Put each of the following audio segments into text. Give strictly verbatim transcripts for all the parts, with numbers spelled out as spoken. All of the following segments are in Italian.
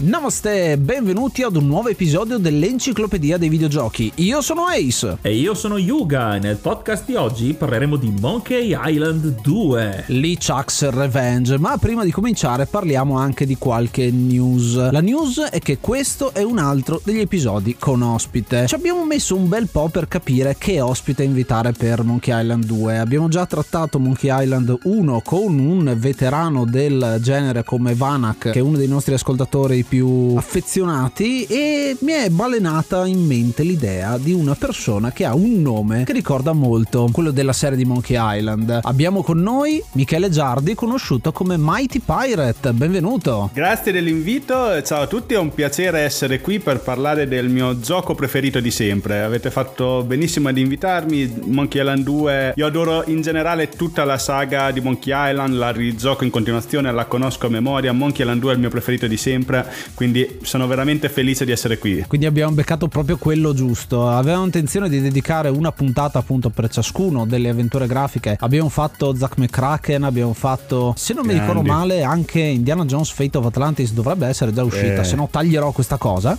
Namaste, benvenuti ad un nuovo episodio dell'Enciclopedia dei Videogiochi. Io sono Ace. E io sono Yuga e nel podcast di oggi parleremo di Monkey Island due, LeChuck's Revenge, ma prima di cominciare parliamo anche di qualche news. La news è che questo è un altro degli episodi con ospite. Ci abbiamo messo un bel po' per capire che ospite invitare per Monkey Island due. Abbiamo già trattato Monkey Island uno con un veterano del genere come Vanak, che è uno dei nostri ascoltatori più affezionati, e mi è balenata in mente l'idea di una persona che ha un nome che ricorda molto quello della serie di Monkey Island. Abbiamo con noi Michele Giardi, conosciuto come Mighty Pirate. Benvenuto. Grazie dell'invito, ciao a tutti, è un piacere essere qui per parlare del mio gioco preferito di sempre. Avete fatto benissimo ad invitarmi. Monkey Island due, io adoro in generale tutta la saga di Monkey Island, la rigioco in continuazione, la conosco a memoria. Monkey Island due è il mio preferito di sempre, quindi sono veramente felice di essere qui. Quindi abbiamo beccato proprio quello giusto. Avevamo intenzione di dedicare una puntata appunto per ciascuno delle avventure grafiche. Abbiamo fatto Zack McCracken, abbiamo fatto, se non mi Grandi. ricordo male, anche Indiana Jones Fate of Atlantis dovrebbe essere già uscita, eh. se no taglierò questa cosa.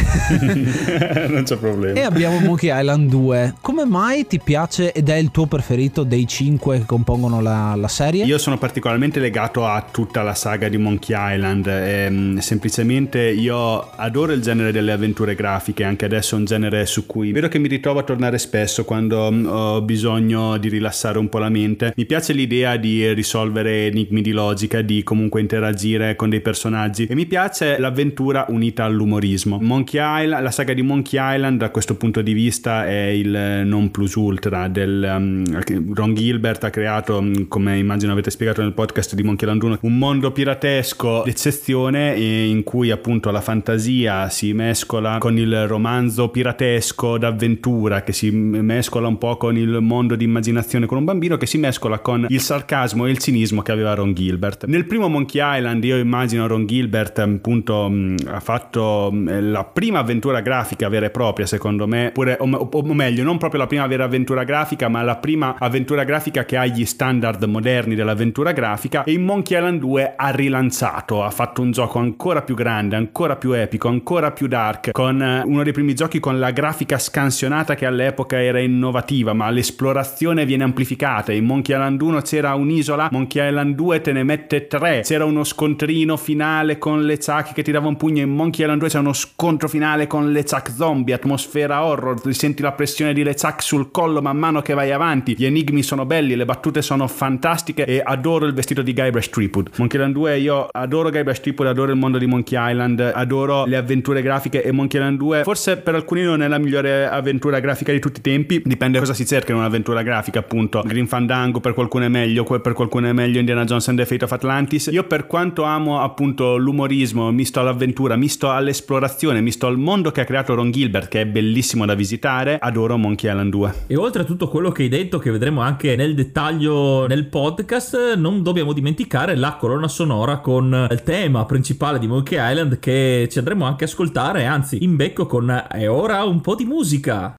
Non c'è problema. E abbiamo Monkey Island due. Come mai ti piace ed è il tuo preferito dei cinque che compongono la, la serie? Io sono particolarmente legato a tutta la saga di Monkey Island, ehm, semplicemente io adoro il genere delle avventure grafiche, anche adesso è un genere su cui vedo che mi ritrovo a tornare spesso quando ho bisogno di rilassare un po' la mente. Mi piace l'idea di risolvere enigmi di logica, di comunque interagire con dei personaggi, e mi piace l'avventura unita all'umorismo. Monkey Island, la saga di Monkey Island da questo punto di vista è il non plus ultra del um, Ron Gilbert ha creato, come immagino avete spiegato nel podcast di Monkey Island uno, un mondo piratesco d'eccezione in cui appunto la fantasia si mescola con il romanzo piratesco d'avventura, che si mescola un po' con il mondo di immaginazione con un bambino, che si mescola con il sarcasmo e il cinismo che aveva Ron Gilbert. Nel primo Monkey Island io immagino Ron Gilbert appunto ha fatto la prima avventura grafica vera e propria, secondo me, pure, o, o meglio, non proprio la prima vera avventura grafica, ma la prima avventura grafica che ha gli standard moderni dell'avventura grafica, e in Monkey Island due ha rilanciato, ha fatto un gioco ancora più grande, ancora più epico, ancora più dark, con uno dei primi giochi con la grafica scansionata che all'epoca era innovativa, ma l'esplorazione viene amplificata. In Monkey Island uno c'era un'isola, Monkey Island due te ne mette tre, c'era uno scontrino finale con LeChuck che ti dava un pugno, in Monkey Island due c'è uno scontro finale con LeChuck zombie, atmosfera horror, senti la pressione di LeChuck sul collo man mano che vai avanti, gli enigmi sono belli, le battute sono fantastiche, e adoro il vestito di Guybrush Threepwood. Monkey Island due, io adoro Guybrush Threepwood, adoro il mondo di Monkey Island, adoro le avventure grafiche, e Monkey Island due forse per alcuni non è la migliore avventura grafica di tutti i tempi, dipende cosa si cerca in un'avventura grafica, appunto. Green Fandango per qualcuno è meglio, per qualcuno è meglio Indiana Jones and the Fate of Atlantis. Io, per quanto amo appunto l'umorismo misto all'avventura, misto all'esplorazione, misto al mondo che ha creato Ron Gilbert, che è bellissimo da visitare, adoro Monkey Island due. E oltre a tutto quello che hai detto, che vedremo anche nel dettaglio nel podcast, non dobbiamo dimenticare la colonna sonora con il tema principale di Monkey Island, che ci andremo anche a ascoltare, anzi in becco con "E ora un po' di musica".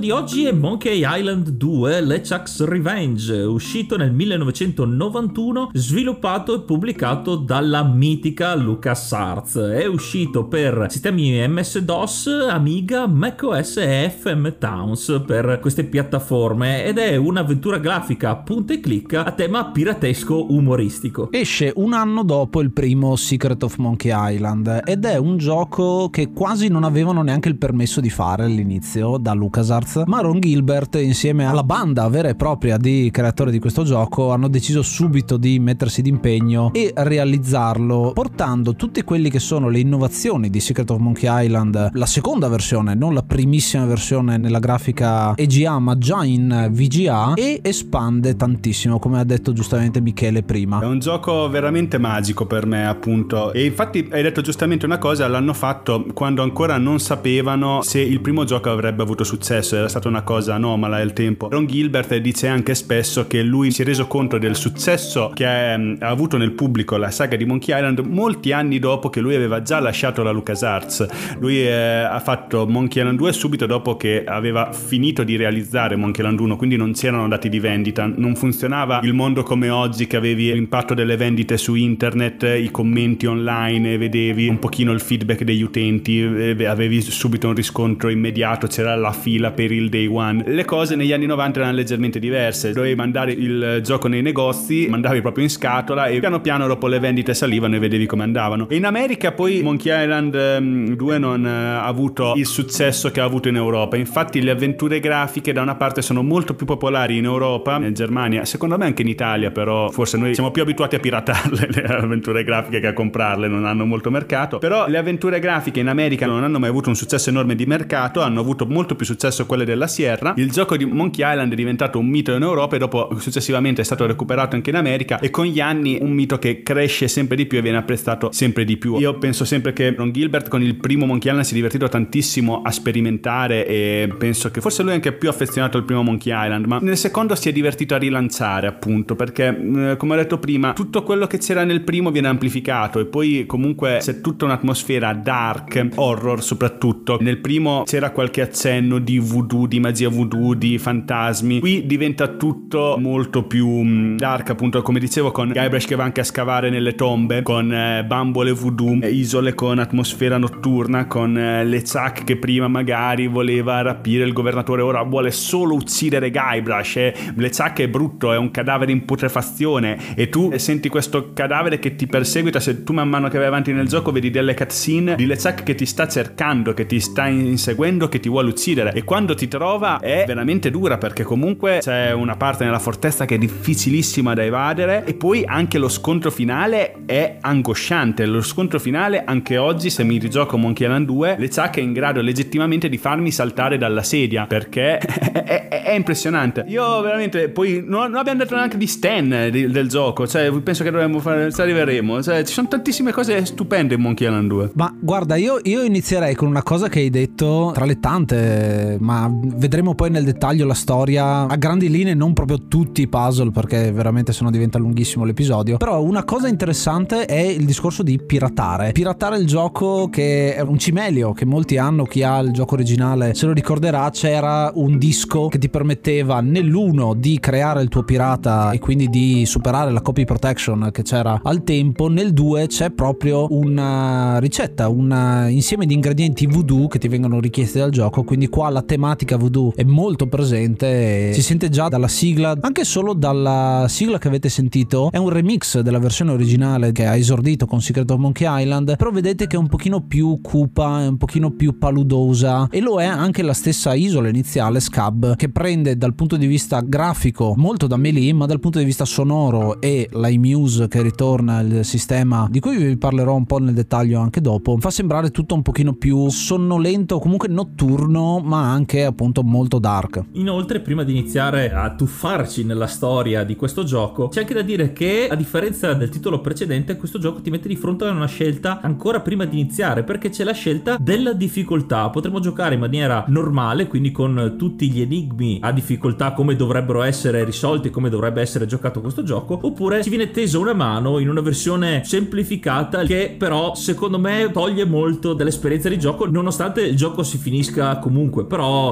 di oggi è Monkey Island due LeChuck's Revenge, uscito nel millenovecentonovantuno, sviluppato e pubblicato dalla mitica LucasArts. È uscito per sistemi M S DOS, Amiga, macOS e F M Towns per queste piattaforme ed è un'avventura grafica punta e clicca a tema piratesco umoristico. Esce un anno dopo il primo Secret of Monkey Island ed è un gioco che quasi non avevano neanche il permesso di fare all'inizio da LucasArts, ma Ron Gilbert insieme alla banda vera e propria di creatori di questo gioco hanno deciso subito di mettersi d'impegno e realizzarlo, portando tutti quelli che sono le innovazioni di Secret of Monkey Island, la seconda versione, non la primissima versione nella grafica E G A ma già in V G A, e espande tantissimo, come ha detto giustamente Michele prima. È un gioco veramente magico per me, appunto, e infatti hai detto giustamente una cosa, l'hanno fatto quando ancora non sapevano se il primo gioco avrebbe avuto successo, era stata una cosa anomala al tempo. Ron Gilbert dice anche spesso che lui si è reso conto del successo che ha avuto nel pubblico la saga di Monkey Island molti anni dopo che lui aveva già lasciato la LucasArts. Lui eh, ha fatto Monkey Island due subito dopo che aveva finito di realizzare Monkey Island uno, quindi non c'erano dati di vendita, non funzionava il mondo come oggi che avevi l'impatto delle vendite su internet, i commenti online, vedevi un pochino il feedback degli utenti, avevi subito un riscontro immediato, c'era la fila per il day one. Le cose negli anni novanta erano leggermente diverse, dovevi mandare il gioco nei negozi, mandavi proprio in scatola e piano piano dopo le vendite salivano e vedevi come andavano. E in America poi Monkey Island due non ha avuto il successo che ha avuto in Europa, infatti le avventure grafiche da una parte sono molto più popolari in Europa, in Germania, secondo me anche in Italia, però forse noi siamo più abituati a piratarle le avventure grafiche che a comprarle, non hanno molto mercato. Però le avventure grafiche in America non hanno mai avuto un successo enorme di mercato, hanno avuto molto più successo quelle della Sierra. Il gioco di Monkey Island è diventato un mito in Europa e dopo successivamente è stato recuperato anche in America, e con gli anni un mito che cresce sempre di più e viene apprezzato sempre di più. Io penso sempre che Ron Gilbert con il primo Monkey Island si è divertito tantissimo a sperimentare, e penso che forse lui è anche più affezionato al primo Monkey Island, ma nel secondo si è divertito a rilanciare, appunto perché eh, come ho detto prima, tutto quello che c'era nel primo viene amplificato, e poi comunque c'è tutta un'atmosfera dark, horror soprattutto. Nel primo c'era qualche accenno di voodoo, di magia voodoo, di fantasmi. Qui diventa tutto molto più dark, appunto come dicevo, con Guybrush che va anche a scavare nelle tombe, con eh, bambole voodoo, eh, isole con atmosfera notturna, con eh, LeChuck che prima magari voleva rapire il governatore, ora vuole solo uccidere Guybrush. eh. LeChuck è brutto, è un cadavere in putrefazione, e tu senti questo cadavere che ti perseguita. Se tu man mano che vai avanti nel gioco vedi delle cutscene di LeChuck che ti sta cercando, che ti sta inseguendo, che ti vuole uccidere, e quando ti trova è veramente dura, perché comunque c'è una parte nella fortezza che è difficilissima da evadere, e poi anche lo scontro finale è angosciante. Lo scontro finale anche oggi, se mi rigioco Monkey Island due, LeChuck è in grado legittimamente di farmi saltare dalla sedia, perché è, è, è impressionante. Io veramente, poi non, non abbiamo detto neanche di Stan di, del gioco, cioè penso che dovremmo fare, ci arriveremo, cioè ci sono tantissime cose stupende in Monkey Island due. Ma guarda, io, io inizierei con una cosa che hai detto tra le tante, ma vedremo poi nel dettaglio la storia a grandi linee, non proprio tutti i puzzle, perché veramente sennò diventa lunghissimo l'episodio. Però una cosa interessante è il discorso di piratare piratare il gioco, che è un cimelio che molti hanno. Chi ha il gioco originale se lo ricorderà, c'era un disco che ti permetteva nell'uno di creare il tuo pirata e quindi di superare la copy protection che c'era al tempo. Nel due c'è proprio una ricetta, un insieme di ingredienti voodoo che ti vengono richiesti dal gioco, quindi qua la tematica voodoo è molto presente e si sente già dalla sigla, anche solo dalla sigla che avete sentito. È un remix della versione originale che ha esordito con Secret of Monkey Island, però vedete che è un pochino più cupa, è un pochino più paludosa, e lo è anche la stessa isola iniziale, Scab, che prende dal punto di vista grafico molto da Melee, ma dal punto di vista sonoro e l'iMuse che ritorna, il sistema di cui vi parlerò un po' nel dettaglio anche dopo, fa sembrare tutto un pochino più sonnolento, comunque notturno, ma anche appunto molto dark. Inoltre, prima di iniziare a tuffarci nella storia di questo gioco, c'è anche da dire che, a differenza del titolo precedente, questo gioco ti mette di fronte a una scelta ancora prima di iniziare, perché c'è la scelta della difficoltà. Potremmo giocare in maniera normale, quindi con tutti gli enigmi a difficoltà come dovrebbero essere risolti, come dovrebbe essere giocato questo gioco, oppure ci viene tesa una mano in una versione semplificata che però secondo me toglie molto dell'esperienza di gioco, nonostante il gioco si finisca comunque, però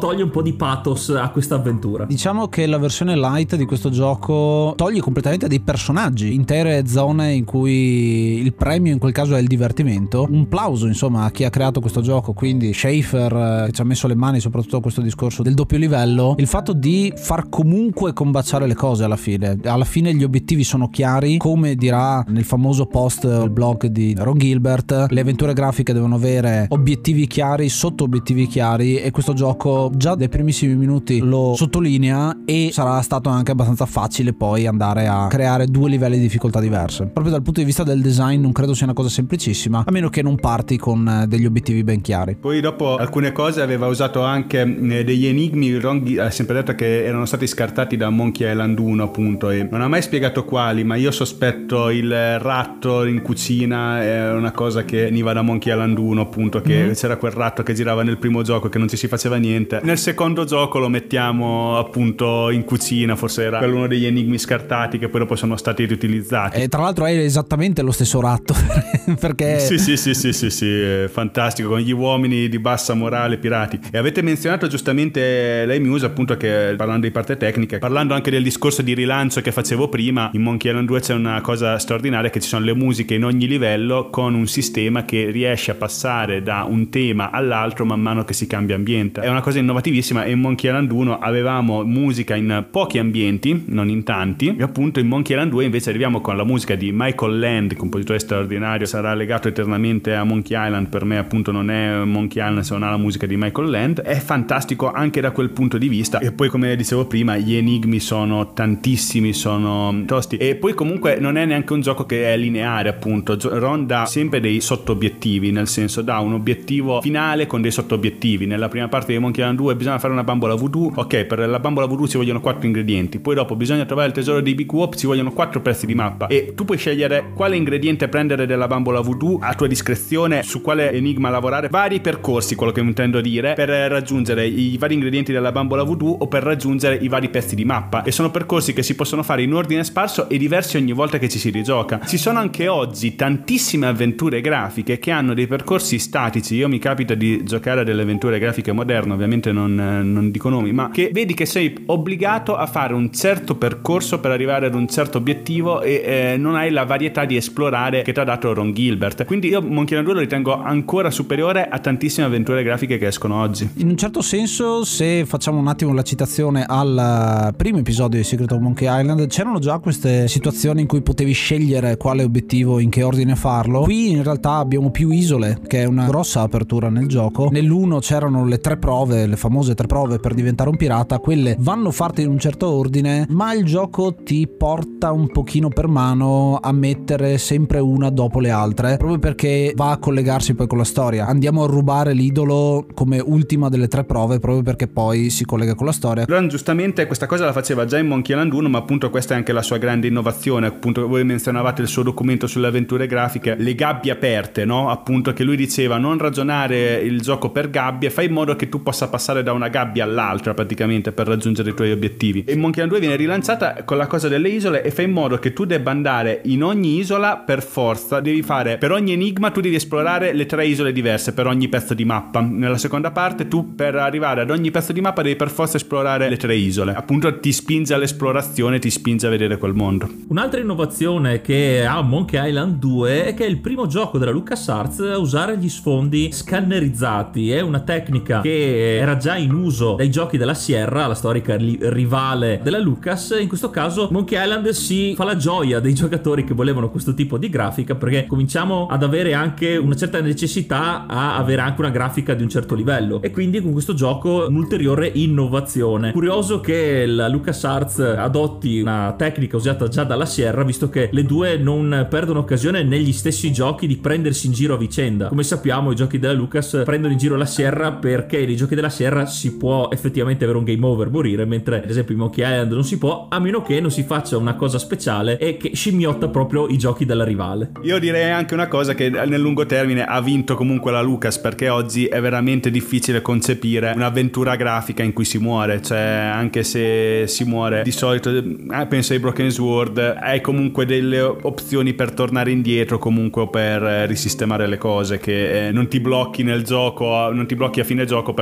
toglie un po' di pathos a questa avventura. Diciamo che la versione light di questo gioco toglie completamente dei personaggi, intere zone in cui il premio in quel caso è il divertimento. Un plauso insomma a chi ha creato questo gioco, quindi Schafer, che ci ha messo le mani soprattutto a questo discorso del doppio livello, il fatto di far comunque combaciare le cose alla fine. Alla fine gli obiettivi sono chiari, come dirà nel famoso post del blog di Ron Gilbert, le avventure grafiche devono avere obiettivi chiari, sotto obiettivi chiari, e questo gioco già dai primissimi minuti lo sottolinea, e sarà stato anche abbastanza facile poi andare a creare due livelli di difficoltà diverse. Proprio dal punto di vista del design non credo sia una cosa semplicissima, a meno che non parti con degli obiettivi ben chiari. Poi dopo alcune cose aveva usato anche degli enigmi. Ron ha sempre detto che erano stati scartati da Monkey Island uno, appunto, e non ha mai spiegato quali, ma io sospetto il ratto in cucina è una cosa che veniva da Monkey Island uno, appunto, che mm-hmm. c'era quel ratto che girava nel primo gioco che non ci si faceva niente. Nel secondo gioco lo mettiamo appunto in cucina, forse era quello uno degli enigmi scartati che poi dopo sono stati riutilizzati. E tra l'altro è esattamente lo stesso ratto perché sì sì sì sì sì sì fantastico, con gli uomini di bassa morale pirati. E avete menzionato giustamente lei Muse, appunto, che parlando di parte tecnica, parlando anche del discorso di rilancio che facevo prima, in Monkey Island due c'è una cosa straordinaria, che ci sono le musiche in ogni livello con un sistema che riesce a passare da un tema all'altro man mano che si cambia ambiente. È una cosa innovativissima, e in Monkey Island uno avevamo musica in pochi ambienti, non in tanti, e appunto in Monkey Island due invece arriviamo con la musica di Michael Land, compositore straordinario, sarà legato eternamente a Monkey Island. Per me appunto non è Monkey Island se non ha la musica di Michael Land. È fantastico anche da quel punto di vista. E poi, come dicevo prima, gli enigmi sono tantissimi, sono tosti, e poi comunque non è neanche un gioco che è lineare, appunto. Ron dà sempre dei sottobiettivi, nel senso dà un obiettivo finale con dei sottobiettivi. Nella prima parte di Monkey Island due bisogna fare una bambola voodoo, ok, per la bambola voodoo ci vogliono quattro ingredienti, poi dopo bisogna trovare il tesoro di Big Whoop, ci vogliono quattro pezzi di mappa, e tu puoi scegliere quale ingrediente prendere della bambola voodoo a tua discrezione, su quale enigma lavorare, vari percorsi, quello che intendo dire, per raggiungere i vari ingredienti della bambola voodoo o per raggiungere i vari pezzi di mappa, e sono percorsi che si possono fare in ordine sparso e diversi ogni volta che ci si rigioca. Ci sono anche oggi tantissime avventure grafiche che hanno dei percorsi statici. Io mi capita di giocare a delle avventure grafiche moderne, ovviamente non, non dico nomi, ma che vedi che sei obbligato a fare un certo percorso per arrivare ad un certo obiettivo, e eh, non hai la varietà di esplorare che ti ha dato Ron Gilbert. Quindi io Monkey Island due lo ritengo ancora superiore a tantissime avventure grafiche che escono oggi. In un certo senso, se facciamo un attimo la citazione al primo episodio di Secret of Monkey Island, c'erano già queste situazioni in cui potevi scegliere quale obiettivo, in che ordine farlo. Qui in realtà abbiamo più isole, che è una grossa apertura nel gioco. Nell'uno c'erano le tre prove, le famose tre prove per diventare un pirata, quelle vanno fatte in un certo ordine, ma il gioco ti porta un pochino per mano a mettere sempre una dopo le altre, proprio perché va a collegarsi poi con la storia. Andiamo a rubare l'idolo come ultima delle tre prove, proprio perché poi si collega con la storia. Ron giustamente questa cosa la faceva già in Monkey Island uno, ma appunto questa è anche la sua grande innovazione. Appunto voi menzionavate il suo documento sulle avventure grafiche, le gabbie aperte, no? Appunto, che lui diceva non ragionare il gioco per gabbie, fai in modo che tu possa passare da una gabbia all'altra praticamente per raggiungere i tuoi obiettivi. E Monkey Island due viene rilanciata con la cosa delle isole, e fai in modo che tu debba andare in ogni isola per forza, devi fare per ogni enigma, tu devi esplorare le tre isole diverse per ogni pezzo di mappa. Nella seconda parte tu per arrivare ad ogni pezzo di mappa devi per forza esplorare le tre isole. Appunto ti spinge all'esplorazione, ti spinge a vedere quel mondo. Un'altra innovazione che ha Monkey Island due è che è il primo gioco della LucasArts a usare gli sfondi scannerizzati. È una tecnica che era già in uso dai giochi della Sierra, la storica rivale della Lucas. In questo caso Monkey Island si fa la gioia dei giocatori che volevano questo tipo di grafica, perché cominciamo ad avere anche una certa necessità a avere anche una grafica di un certo livello, e quindi con questo gioco un'ulteriore innovazione. Curioso che la LucasArts adotti una tecnica usata già dalla Sierra, visto che le due non perdono occasione negli stessi giochi di prendersi in giro a vicenda. Come sappiamo, i giochi della Lucas prendono in giro la Sierra perché nei giochi della Sierra si può effettivamente avere un game over, morire, mentre ad esempio in Monkey Island non si può, a meno che non si faccia una cosa speciale e che scimmiotta proprio i giochi della rivale. Io direi anche una cosa, che nel lungo termine ha vinto comunque la Lucas, perché oggi è veramente difficile concepire un'avventura grafica in cui si muore. Cioè, anche se si muore di solito, eh, penso ai Broken Sword, hai comunque delle opzioni per tornare indietro comunque, o per eh, risistemare le cose, che eh, non ti blocchi nel gioco, non ti blocchi a fine gioco perché non hai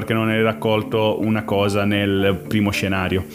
raccolto una cosa nel primo scenario.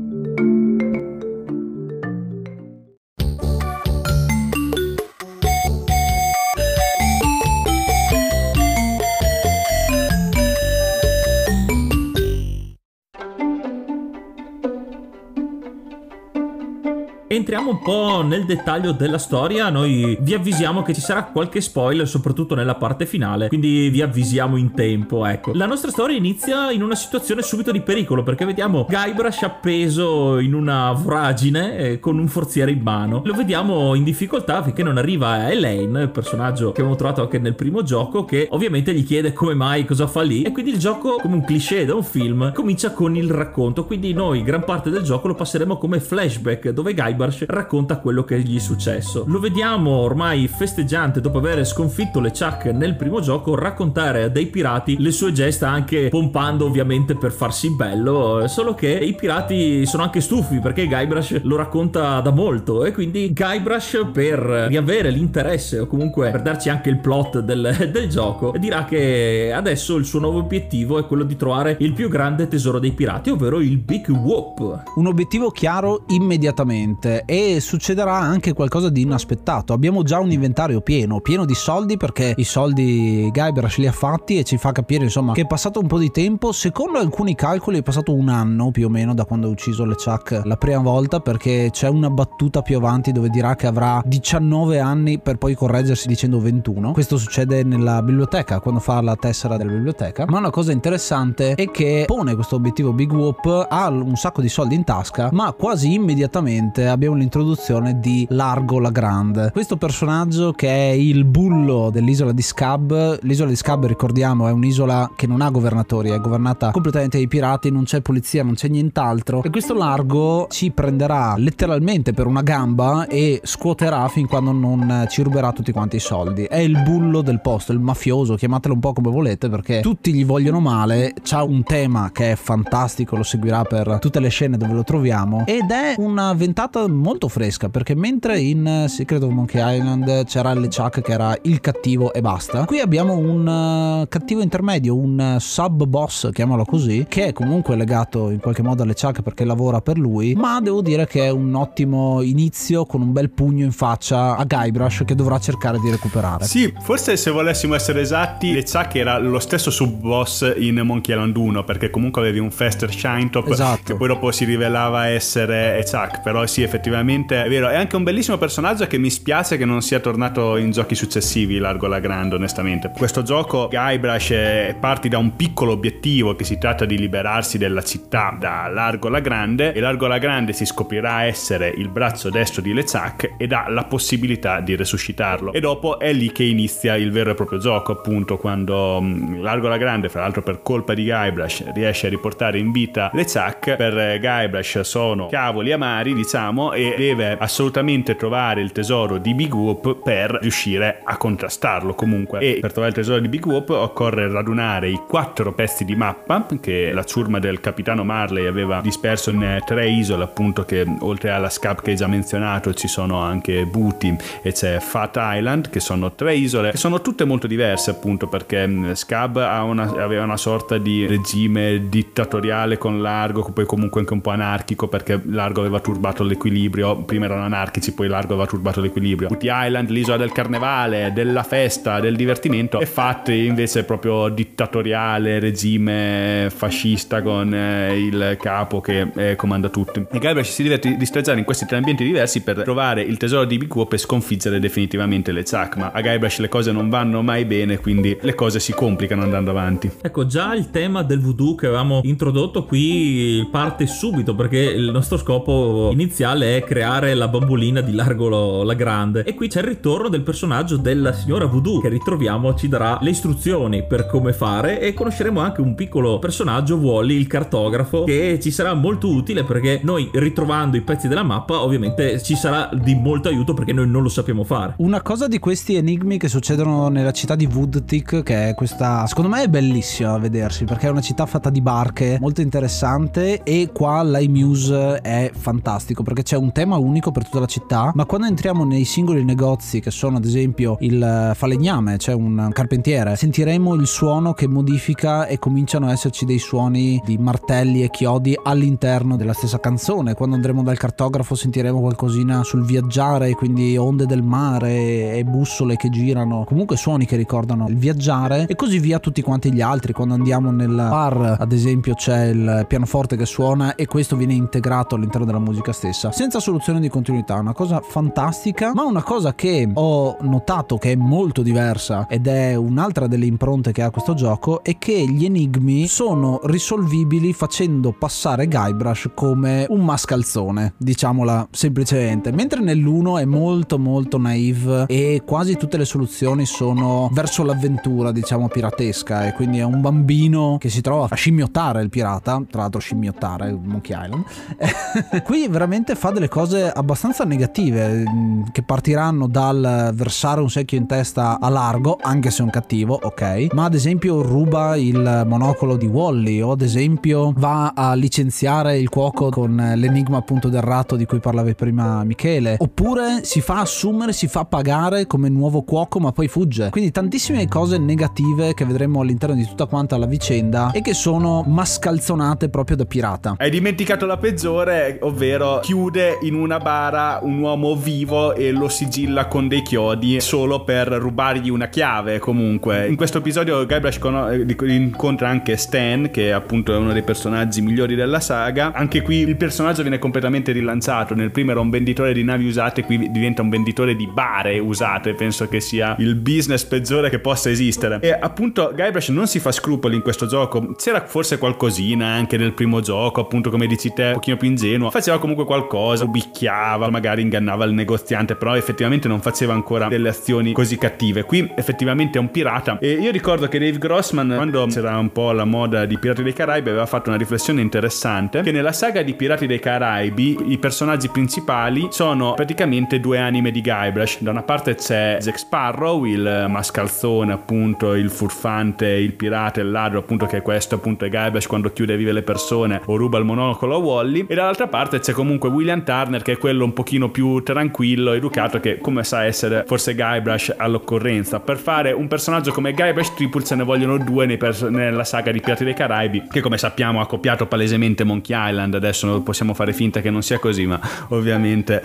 Entriamo un po' nel dettaglio della storia. Noi vi avvisiamo che ci sarà qualche spoiler, soprattutto nella parte finale, quindi vi avvisiamo in tempo, ecco. La nostra storia inizia in una situazione subito di pericolo, perché vediamo Guybrush appeso in una voragine eh, con un forziere in mano. Lo vediamo in difficoltà finché non arriva Elaine, il personaggio che abbiamo trovato anche nel primo gioco, che ovviamente gli chiede come mai, cosa fa lì, e quindi il gioco, come un cliché da un film, comincia con il racconto. Quindi noi gran parte del gioco lo passeremo come flashback, dove Guybrush racconta quello che gli è successo. Lo vediamo ormai festeggiante dopo aver sconfitto LeChuck nel primo gioco raccontare a dei pirati le sue gesta, anche pompando ovviamente per farsi bello, solo che i pirati sono anche stufi perché Guybrush lo racconta da molto, e quindi Guybrush, per riavere l'interesse o comunque per darci anche il plot del, del gioco, dirà che adesso il suo nuovo obiettivo è quello di trovare il più grande tesoro dei pirati, ovvero il Big Whoop. Un obiettivo chiaro immediatamente, e succederà anche qualcosa di inaspettato. Abbiamo già un inventario pieno, pieno di soldi, perché i soldi Guybrush li ha fatti, e ci fa capire insomma che è passato un po' di tempo. Secondo alcuni calcoli è passato un anno più o meno da quando ha ucciso LeChuck la prima volta, perché c'è una battuta più avanti dove dirà che avrà diciannove anni per poi correggersi dicendo ventuno. Questo succede nella biblioteca, quando fa la tessera della biblioteca. Ma una cosa interessante è che pone questo obiettivo Big Whoop, ha un sacco di soldi in tasca, ma quasi immediatamente abbiamo l'introduzione di Largo la Grande, questo personaggio che è il bullo dell'isola di Scab. L'isola di Scab, ricordiamo, è un'isola che non ha governatori, è governata completamente dai pirati, non c'è polizia, non c'è nient'altro, e questo Largo ci prenderà letteralmente per una gamba e scuoterà fin quando non ci ruberà tutti quanti i soldi. È il bullo del posto, il mafioso, chiamatelo un po' come volete, perché tutti gli vogliono male. C'ha un tema che è fantastico, lo seguirà per tutte le scene dove lo troviamo, ed è una ventata molto fresca, perché mentre in Secret of Monkey Island c'era LeChuck che era il cattivo e basta, qui abbiamo un uh, cattivo intermedio, un uh, sub boss, chiamalo così, che è comunque legato in qualche modo a LeChuck perché lavora per lui, ma devo dire che è un ottimo inizio con un bel pugno in faccia a Guybrush che dovrà cercare di recuperare. Sì, forse se volessimo essere esatti, LeChuck era lo stesso sub boss in Monkey Island uno, perché comunque avevi un Fester Shinetop, esatto, che poi dopo si rivelava essere LeChuck. Però sì, effettivamente è vero, è anche un bellissimo personaggio che mi spiace che non sia tornato in giochi successivi, Largo la Grande, onestamente. Questo gioco Guybrush parti da un piccolo obiettivo, che si tratta di liberarsi della città da Largo la Grande, e Largo la Grande si scoprirà essere il braccio destro di LeChuck ed ha la possibilità di resuscitarlo, e dopo è lì che inizia il vero e proprio gioco, appunto, quando Largo la Grande, fra l'altro per colpa di Guybrush, riesce a riportare in vita LeChuck. Per Guybrush sono cavoli amari, diciamo, e deve assolutamente trovare il tesoro di Big Whoop per riuscire a contrastarlo comunque. E per trovare il tesoro di Big Whoop occorre radunare i quattro pezzi di mappa che la ciurma del capitano Marley aveva disperso in tre isole, appunto, che oltre alla Scab che hai già menzionato ci sono anche Booty e c'è Fat Island, che sono tre isole che sono tutte molto diverse, appunto, perché Scab ha una, aveva una sorta di regime dittatoriale con Largo, poi comunque anche un po' anarchico, perché Largo aveva turbato l'equilibrio. Prima erano anarchici, poi Largo aveva turbato l'equilibrio. Booty Island, l'isola del carnevale, della festa, del divertimento, e Fat invece è proprio dittatoriale, regime fascista con eh, il capo che eh, comanda tutto. E Guybrush si deve distreggiare in questi tre ambienti diversi per trovare il tesoro di Big Whoop e sconfiggere definitivamente LeChuck, ma a Guybrush le cose non vanno mai bene, quindi le cose si complicano andando avanti. Ecco, già il tema del voodoo che avevamo introdotto qui parte subito, perché il nostro scopo iniziale è creare la bambolina di Largo la Grande, e qui c'è il ritorno del personaggio della signora Voodoo che ritroviamo, ci darà le istruzioni per come fare, e conosceremo anche un piccolo personaggio, Wally il cartografo, che ci sarà molto utile, perché noi ritrovando i pezzi della mappa ovviamente ci sarà di molto aiuto, perché noi non lo sappiamo fare. Una cosa di questi enigmi che succedono nella città di Woodtick, che è questa, secondo me è bellissima a vedersi, perché è una città fatta di barche, molto interessante, e qua l'I-Muse è fantastico perché c'è un tema unico per tutta la città, ma quando entriamo nei singoli negozi che sono ad esempio il falegname, c'è un carpentiere, sentiremo il suono che modifica e cominciano a esserci dei suoni di martelli e chiodi all'interno della stessa canzone. Quando andremo dal cartografo sentiremo qualcosina sul viaggiare, quindi onde del mare e bussole che girano, comunque suoni che ricordano il viaggiare, e così via tutti quanti gli altri. Quando andiamo nel bar ad esempio c'è il pianoforte che suona e questo viene integrato all'interno della musica stessa senza soluzione di continuità. Una cosa fantastica. Ma una cosa che ho notato che è molto diversa, ed è un'altra delle impronte che ha questo gioco, è che gli enigmi sono risolvibili facendo passare Guybrush come un mascalzone, diciamola semplicemente, mentre nell'uno è molto molto naive e quasi tutte le soluzioni sono verso l'avventura, diciamo piratesca, e quindi è un bambino che si trova a scimmiottare il pirata, tra l'altro scimmiottare Monkey Island. Qui veramente fa delle cose abbastanza negative, che partiranno dal versare un secchio in testa a Largo, anche se è un cattivo, ok, ma ad esempio ruba il monocolo di Wally, o ad esempio va a licenziare il cuoco con l'enigma appunto del ratto di cui parlava prima Michele, oppure si fa assumere, si fa pagare come nuovo cuoco ma poi fugge. Quindi tantissime cose negative che vedremo all'interno di tutta quanta la vicenda e che sono mascalzonate proprio da pirata. Hai dimenticato la peggiore, ovvero chiude in una bara un uomo vivo e lo sigilla con dei chiodi solo per rubargli una chiave. Comunque in questo episodio Guybrush incontra anche Stan, che appunto è uno dei personaggi migliori della saga. Anche qui il personaggio viene completamente rilanciato. Nel primo era un venditore di navi usate, qui diventa un venditore di bare usate. Penso che sia il business peggiore che possa esistere. E appunto Guybrush non si fa scrupoli in questo gioco. C'era forse qualcosina anche nel primo gioco, appunto come dici te, un pochino più ingenuo, faceva comunque qualcosa, bicchiava, magari ingannava il negoziante, però effettivamente non faceva ancora delle azioni così cattive. Qui effettivamente è un pirata. E io ricordo che Dave Grossman, quando c'era un po' la moda di Pirati dei Caraibi, aveva fatto una riflessione interessante, che nella saga di Pirati dei Caraibi i personaggi principali sono praticamente due anime di Guybrush. Da una parte c'è Jack Sparrow, il mascalzone appunto, il furfante, il pirata, il ladro appunto, che è questo appunto è Guybrush quando chiude vive le persone o ruba il monocolo a Wally. E dall'altra parte c'è comunque William Turner, che è quello un pochino più tranquillo, educato, che come sa essere forse Guybrush all'occorrenza. Per fare un personaggio come Guybrush Tripur ce ne vogliono due nei pers- nella saga di Pirati dei Caraibi, che come sappiamo ha copiato palesemente Monkey Island. Adesso non possiamo fare finta che non sia così, ma ovviamente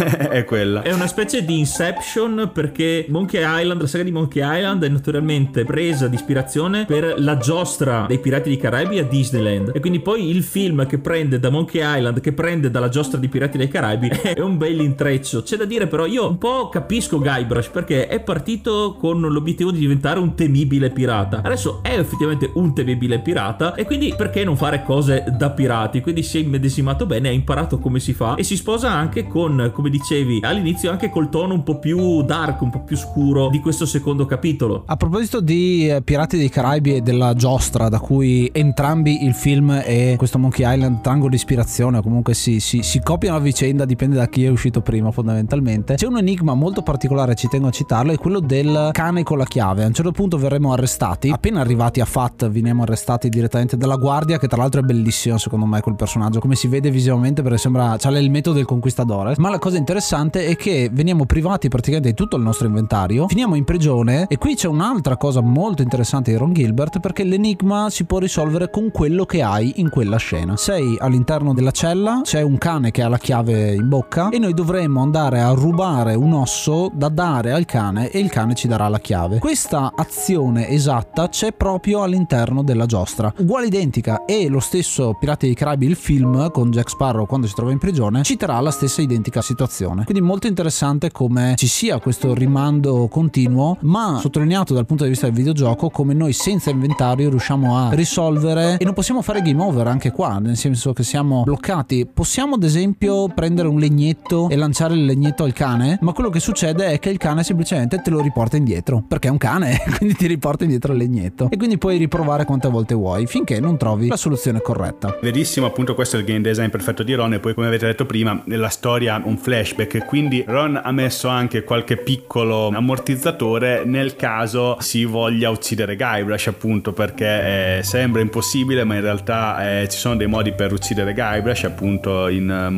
è quella. È una specie di Inception, perché Monkey Island, la saga di Monkey Island è naturalmente presa di ispirazione per la giostra dei Pirati dei Caraibi a Disneyland, e quindi poi il film che prende da Monkey Island, che prende dalla giostra dei Pirati dei Caraibi, è un bel intreccio. C'è da dire però, io un po' capisco Guybrush, perché è partito con l'obiettivo di diventare un temibile pirata, adesso è effettivamente un temibile pirata, e quindi perché non fare cose da pirati? Quindi si è immedesimato bene, ha imparato come si fa, e si sposa anche con, come dicevi all'inizio, anche col tono un po' più dark, un po' più scuro di questo secondo capitolo. A proposito di eh, Pirati dei Caraibi e della giostra da cui entrambi il film e questo Monkey Island traggono ispirazione, o comunque si, si, si copiano a vicenda, dipende da chi è uscito prima fondamentalmente, c'è un enigma molto particolare, ci tengo a citarlo, è quello del cane con la chiave. A un certo punto verremo arrestati, appena arrivati a Fat veniamo arrestati direttamente dalla guardia, che tra l'altro è bellissimo secondo me quel personaggio, come si vede visivamente, perché sembra, c'ha l'elmetto del conquistadore. Ma la cosa interessante è che veniamo privati praticamente di tutto il nostro inventario, finiamo in prigione, e qui c'è un'altra cosa molto interessante di Ron Gilbert, perché l'enigma si può risolvere con quello che hai in quella scena. Sei all'interno della cella, c'è un cane che ha la chiave in bocca e noi dovremmo andare a rubare un osso da dare al cane, e il cane ci darà la chiave. Questa azione esatta c'è proprio all'interno della giostra, uguale identica, e lo stesso Pirati dei Caraibi, il film con Jack Sparrow quando si trova in prigione, citerà la stessa identica situazione. Quindi molto interessante come ci sia questo rimando continuo, ma sottolineato dal punto di vista del videogioco, come noi senza inventario riusciamo a risolvere, e non possiamo fare game over anche qua, nel senso che siamo bloccati. Possiamo ad esempio prendere un legnetto e lanciare il legnetto al cane, ma quello che succede è che il cane semplicemente te lo riporta indietro, perché è un cane, quindi ti riporta indietro il legnetto, e quindi puoi riprovare quante volte vuoi finché non trovi la soluzione corretta. Verissimo, appunto questo è il game design perfetto di Ron. E poi, come avete detto prima, nella storia un flashback, quindi Ron ha messo anche qualche piccolo ammortizzatore nel caso si voglia uccidere Guybrush, appunto perché eh, sembra impossibile, ma in realtà eh, ci sono dei modi per uccidere Guybrush, appunto in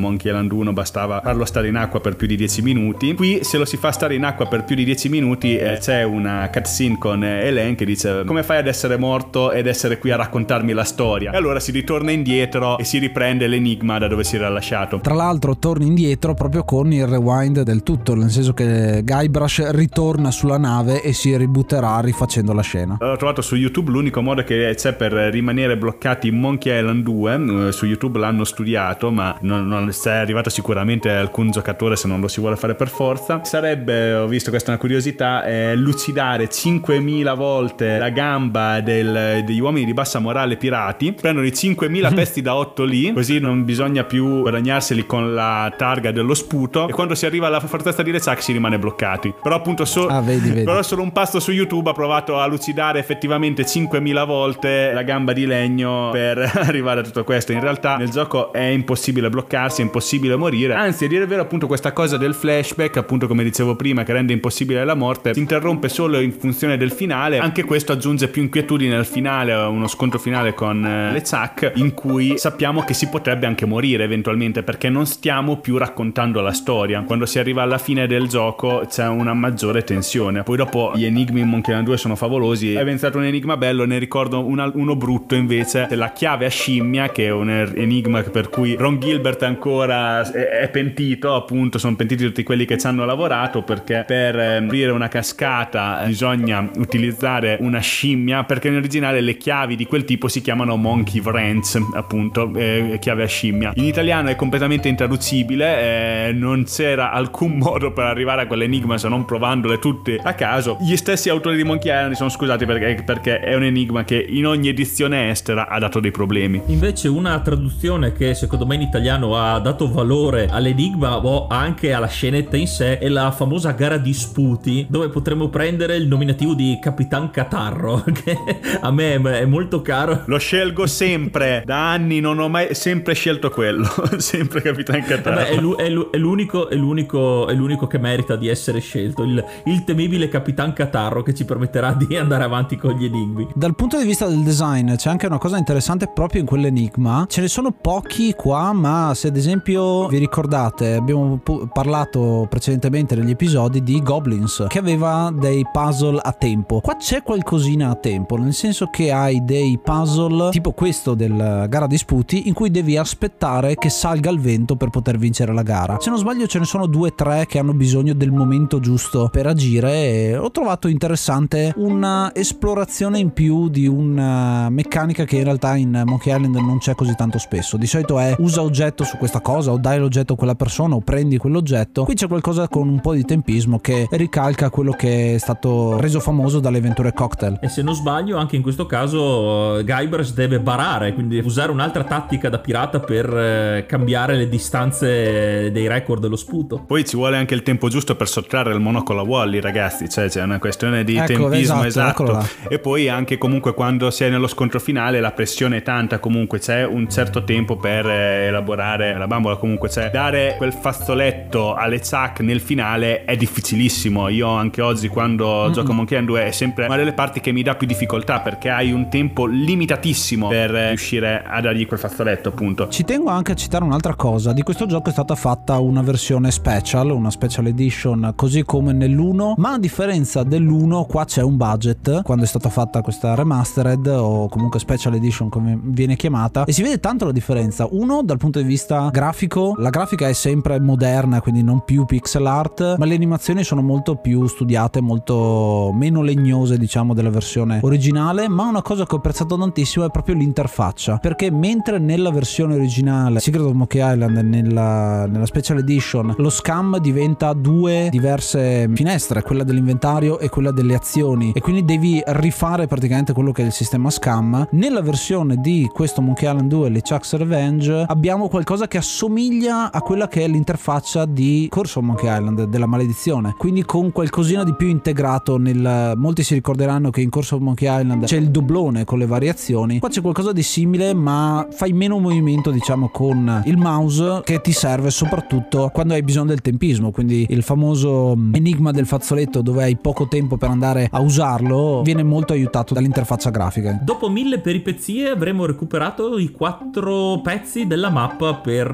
Monkey Island uno bastava farlo stare in acqua per più di dieci minuti. Qui se lo si fa stare in acqua per più di dieci minuti eh, c'è una cutscene con Elaine che dice: come fai ad essere morto ed essere qui a raccontarmi la storia? E allora si ritorna indietro e si riprende l'enigma da dove si era lasciato. Tra l'altro torni indietro proprio con il rewind del tutto, nel senso che Guybrush ritorna sulla nave e si ributterà rifacendo la scena. L'ho trovato su YouTube, l'unico modo che c'è per rimanere bloccati in Monkey Island due, su YouTube l'hanno studiato ma non, non è arrivato sicuramente alcun giocatore se non lo si vuole fare per forza, sarebbe, ho visto, questa è una curiosità, eh, lucidare cinquemila volte la gamba del, degli uomini di bassa morale pirati, prendono i cinquemila pezzi da otto lì, così non bisogna più guadagnarseli con la targa dello sputo, e quando si arriva alla fortezza di LeChuck si rimane bloccati. Però appunto so- ah, vedi, vedi. però solo un pasto su YouTube ha provato a lucidare effettivamente cinquemila volte la gamba di legno per arrivare a tutto questo. In realtà nel gioco è impossibile bloccarsi, è impossibile morire, anzi a dire il vero appunto questa cosa del flashback, appunto come dicevo prima, che rende impossibile la morte, si interrompe solo in funzione del finale. Anche questo aggiunge più inquietudine al finale, uno scontro finale con eh, LeChuck in cui sappiamo che si potrebbe anche morire eventualmente, perché non stiamo più raccontando la storia. Quando si arriva alla fine del gioco c'è una maggiore tensione. Poi dopo gli enigmi in Monkey Island due sono favolosi. È pensato un enigma bello, ne ricordo una, uno brutto invece, la chiave a scimmia, che è un enigma per cui Ron Gilbert ancora è, è pentito, appunto sono pentiti tutti quelli che ci hanno lavorato, perché per aprire una cascata bisogna utilizzare una scimmia, perché in originale le chiavi di quel tipo si chiamano Monkey Wrench, appunto, eh, chiave a scimmia. In italiano è completamente intraducibile, eh, non c'era alcun modo per arrivare a quell'enigma se non provandole tutte a caso. Gli stessi autori di Monkey Island sono scusati perché, perché è un enigma che in ogni edizione estera ha dato dei problemi. Invece una traduzione che secondo me in italiano ha dato valore all'enigma o anche alla scenetta in sé è la famosa gara di sputi, dove potremmo prendere il nominativo di Capitan Catarro, che a me è molto caro. Lo scelgo sempre, da anni non ho mai sempre scelto quello, sempre Capitan Catarro. Vabbè, è, è, è, l'unico, è, l'unico, è l'unico che merita di essere scelto, il, il temibile Capitan Catarro, che ci permetterà di andare avanti con gli enigmi. Dal punto di vista del design c'è anche una cosa interessante proprio in quell'enigma. Ce ne sono pochi qua, ma se ad esempio vi ricordate abbiamo parlato precedentemente negli episodi di Goblins, che aveva dei puzzle a tempo. Qua c'è qualcosina a tempo, nel senso che hai dei puzzle tipo questo del gara di sputi in cui devi aspettare che salga il vento per poter vincere la gara. Se non sbaglio ce ne sono due o tre che hanno bisogno del momento giusto per agire, e ho trovato interessante una esplorazione in più di una meccanica che in realtà in Monkey Island non c'è così tanto spesso. Di solito è usa oggetto su questa cosa, o dai l'oggetto a quella persona, o prendi quell'oggetto. Qui c'è qualcosa con un po' di tempismo che ricalca quello che è stato reso famoso dalle avventure Cocktail. E se non sbaglio anche in questo caso Guybrush deve barare, quindi usare un'altra tattica da pirata per eh, cambiare le distanze dei record dello sputo. Poi ci vuole anche il tempo giusto per sottrarre il monocolo a Wally, ragazzi, cioè c'è una questione di ecco, tempismo esatto, esatto. E poi anche comunque quando sei nello scontro finale la pressione è tanta, comunque c'è un certo tempo per eh, elaborare la bambola, comunque c'è dare quel fazzoletto alle LeChuck nel finale è difficilissimo. Io anche oggi quando mm-hmm. gioco a Monkey Island due è sempre una delle parti che mi dà più difficoltà, perché hai un tempo limitatissimo per riuscire a dargli quel fazzoletto, appunto. Ci tengo anche a citare un'altra cosa: di questo gioco è stata fatta una versione special, una special edition, così come nell'uno, ma a differenza dell'uno qua c'è un budget quando è stata fatta questa remastered, o comunque special edition come viene chiamata, e si vede tanto la differenza. Uno, dal punto di vista grafico, la grafica è sempre moderna, quindi non più pixel art, ma le animazioni sono molto più studiate, molto meno legnose diciamo della versione originale. Ma una cosa che ho apprezzato tantissimo è proprio l'interfaccia, perché mentre nella versione originale Secret of Monkey Island, nella, nella special edition, lo scam diventa due diverse finestre, quella dell'inventario e quella delle azioni, e quindi devi rifare praticamente quello che è il sistema scam. Nella versione di questo Monkey Island due LeChuck's Revenge abbiamo qualcosa che assomiglia a quella che è l'interfaccia di Curse of Monkey Island, della maledizione, quindi con qualcosina di più integrato nel... molti si ricorderanno che in Curse of Monkey Island c'è il doblone con le variazioni, qua c'è qualcosa di simile, ma fai meno movimento diciamo con il mouse, che ti serve soprattutto quando hai bisogno del tempismo, quindi il famoso enigma del fazzoletto dove hai poco tempo per andare a usarlo viene molto aiutato dall'interfaccia grafica. Dopo mille peripezie avremo recuperato i quattro pezzi della mappa per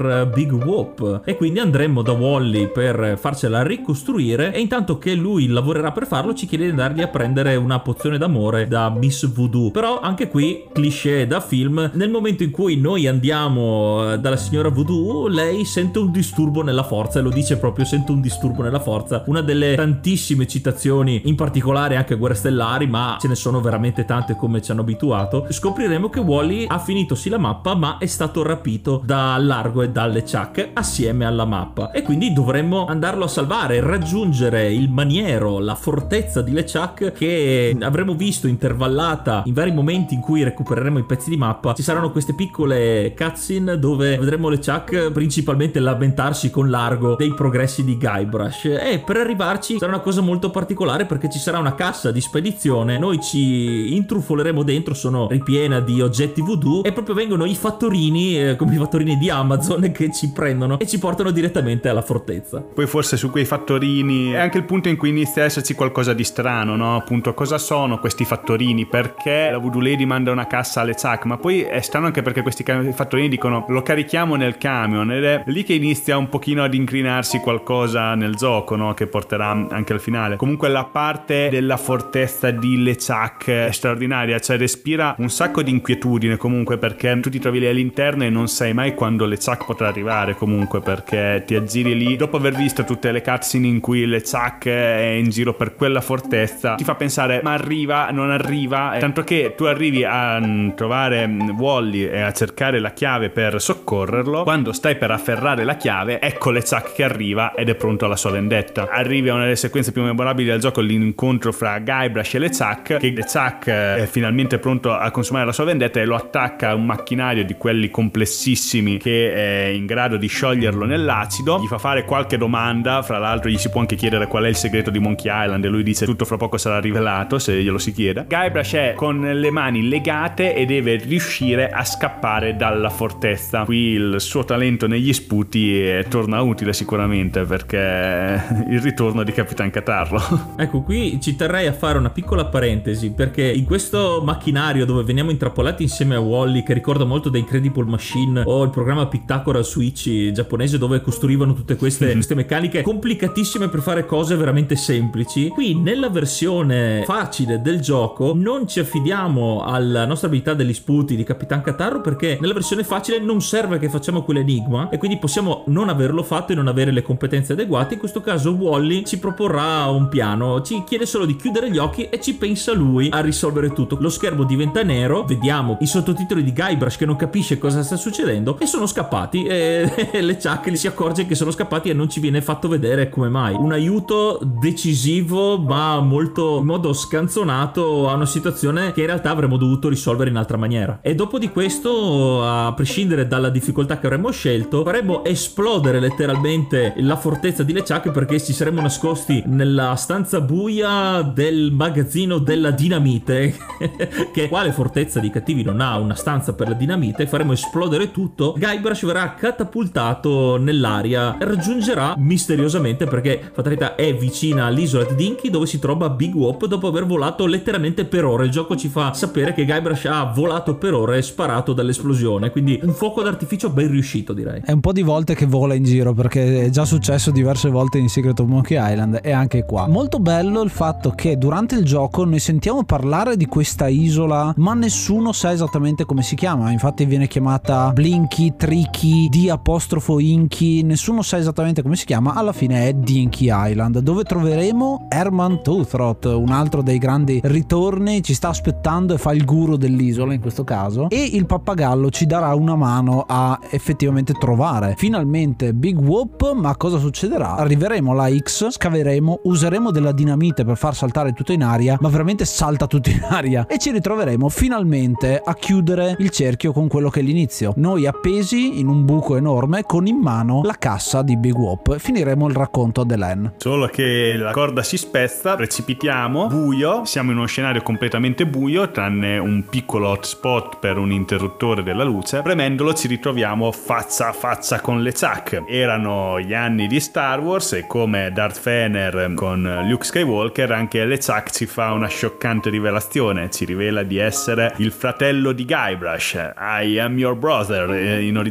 per Big Whoop, e quindi andremmo da Wally per farcela ricostruire, e intanto che lui lavorerà per farlo ci chiede di andargli a prendere una pozione d'amore da Miss Voodoo. Però anche qui cliché da film: nel momento in cui noi andiamo dalla signora Voodoo, lei sente un disturbo nella forza, e lo dice proprio: sento un disturbo nella forza, una delle tantissime citazioni, in particolare anche a Guerre Stellari, ma ce ne sono veramente tante come ci hanno abituato. Scopriremo che Wally ha finito sì la mappa, ma è stato rapito da Largo e dalle Chuck assieme alla mappa, e quindi dovremmo andarlo a salvare, raggiungere il maniero, la fortezza di LeChuck, che avremo visto intervallata in vari momenti in cui recupereremo i pezzi di mappa. Ci saranno queste piccole cutscene dove vedremo LeChuck principalmente lamentarsi con Largo dei progressi di Guybrush, e per arrivarci sarà una cosa molto particolare, perché ci sarà una cassa di spedizione, noi ci intrufoleremo dentro, sono ripiena di oggetti voodoo, e proprio vengono i fattorini, eh, come i fattorini di Amazon, che ci prendono e ci portano direttamente alla fortezza. Poi forse su quei fattorini è anche il punto in cui inizia a esserci qualcosa di strano, no? Appunto, cosa sono questi fattorini? Perché la Voodoo Lady manda una cassa alle Chuck? Ma poi è strano anche perché questi fattorini dicono: lo carichiamo nel camion, ed è lì che inizia un pochino ad incrinarsi qualcosa nel gioco, no? Che porterà anche al finale. Comunque la parte della fortezza di LeChuck è straordinaria, cioè respira un sacco di inquietudine comunque, perché tu ti trovi lì all'interno e non sai mai quando LeChuck potrà arrivare, comunque, perché ti aggiri lì dopo aver visto tutte le cutscene in cui LeChuck è in giro per quella fortezza, ti fa pensare: ma arriva, non arriva? Tanto che tu arrivi a trovare Wally e a cercare la chiave per soccorrerlo. Quando stai per afferrare la chiave, ecco LeChuck che arriva ed è pronto alla sua vendetta. Arriva una delle sequenze più memorabili del gioco, l'incontro fra Guybrush e LeChuck, che LeChuck è finalmente pronto a consumare la sua vendetta e lo attacca a un macchinario di quelli complessissimi che è in grado di scioglierlo nell'acido. Gli fa fare qualche domanda, fra l'altro gli si può anche chiedere qual è il segreto di Monkey Island, e lui dice: tutto fra poco sarà rivelato, se glielo si chiede. Guybrush è con le mani legate e deve riuscire a scappare dalla fortezza. Qui il suo talento negli sputi torna utile sicuramente, perché il ritorno di Capitan Catarro. Ecco, qui ci terrei a fare una piccola parentesi, perché in questo macchinario dove veniamo intrappolati insieme a Wally, che ricorda molto The Incredible Machine o il programma Pictacora Switch giapponese, dove costruivano tutte queste, queste meccaniche complicatissime per fare cose veramente semplici, qui nella versione facile del gioco non ci affidiamo alla nostra abilità degli sputi di Capitan Catarro, perché nella versione facile non serve che facciamo quell'enigma, e quindi possiamo non averlo fatto e non avere le competenze adeguate. In questo caso Wally ci proporrà un piano, ci chiede solo di chiudere gli occhi e ci pensa lui a risolvere tutto. Lo schermo diventa nero, vediamo i sottotitoli di Guybrush che non capisce cosa sta succedendo, e sono scappati, e LeChuck si accorge che sono scappati e non ci viene fatto vedere come mai. Un aiuto decisivo ma molto in modo scanzonato a una situazione che in realtà avremmo dovuto risolvere in altra maniera. E dopo di questo, a prescindere dalla difficoltà che avremmo scelto, faremmo esplodere letteralmente la fortezza di LeChuck, perché ci saremmo nascosti nella stanza buia del magazzino della dinamite che quale fortezza di cattivi non ha una stanza per la dinamite. Faremo esplodere tutto, Guybrush verrà catapultato nell'aria e raggiungerà misteriosamente, perché fatalità è vicina all'isola di Dinky dove si trova Big Whoop, dopo aver volato letteralmente per ore. Il gioco ci fa sapere che Guybrush ha volato per ore e sparato dall'esplosione, quindi un fuoco d'artificio ben riuscito, direi. È un po' di volte che vola in giro, perché è già successo diverse volte in Secret of Monkey Island e anche qua. Molto bello il fatto che durante il gioco noi sentiamo parlare di questa isola, ma nessuno sa esattamente come si chiama. Infatti viene chiamata Blinky, Tricky, D apostrofo Inky, nessuno sa esattamente come si chiama. Alla fine è Dinky Island, dove troveremo Herman Toothrot, un altro dei grandi ritorni, ci sta aspettando e fa il guru dell'isola in questo caso, e il pappagallo ci darà una mano a effettivamente trovare finalmente Big Whoop. Ma cosa succederà? Arriveremo alla X, scaveremo, useremo della dinamite per far saltare tutto in aria, ma veramente salta tutto in aria, e ci ritroveremo finalmente a chiudere il cerchio con quello che è l'inizio, noi appesi in un buco enorme con in mano la cassa di Big Whoop. Finiremo il racconto ad Elen. Solo che la corda si spezza, precipitiamo, buio, siamo in uno scenario completamente buio tranne un piccolo hotspot per un interruttore della luce. Premendolo ci ritroviamo faccia a faccia con LeChuck. Erano gli anni di Star Wars e come Darth Vader con Luke Skywalker, anche LeChuck ci fa una scioccante rivelazione, ci rivela di essere il fratello di Guybrush. I am your brother, in originale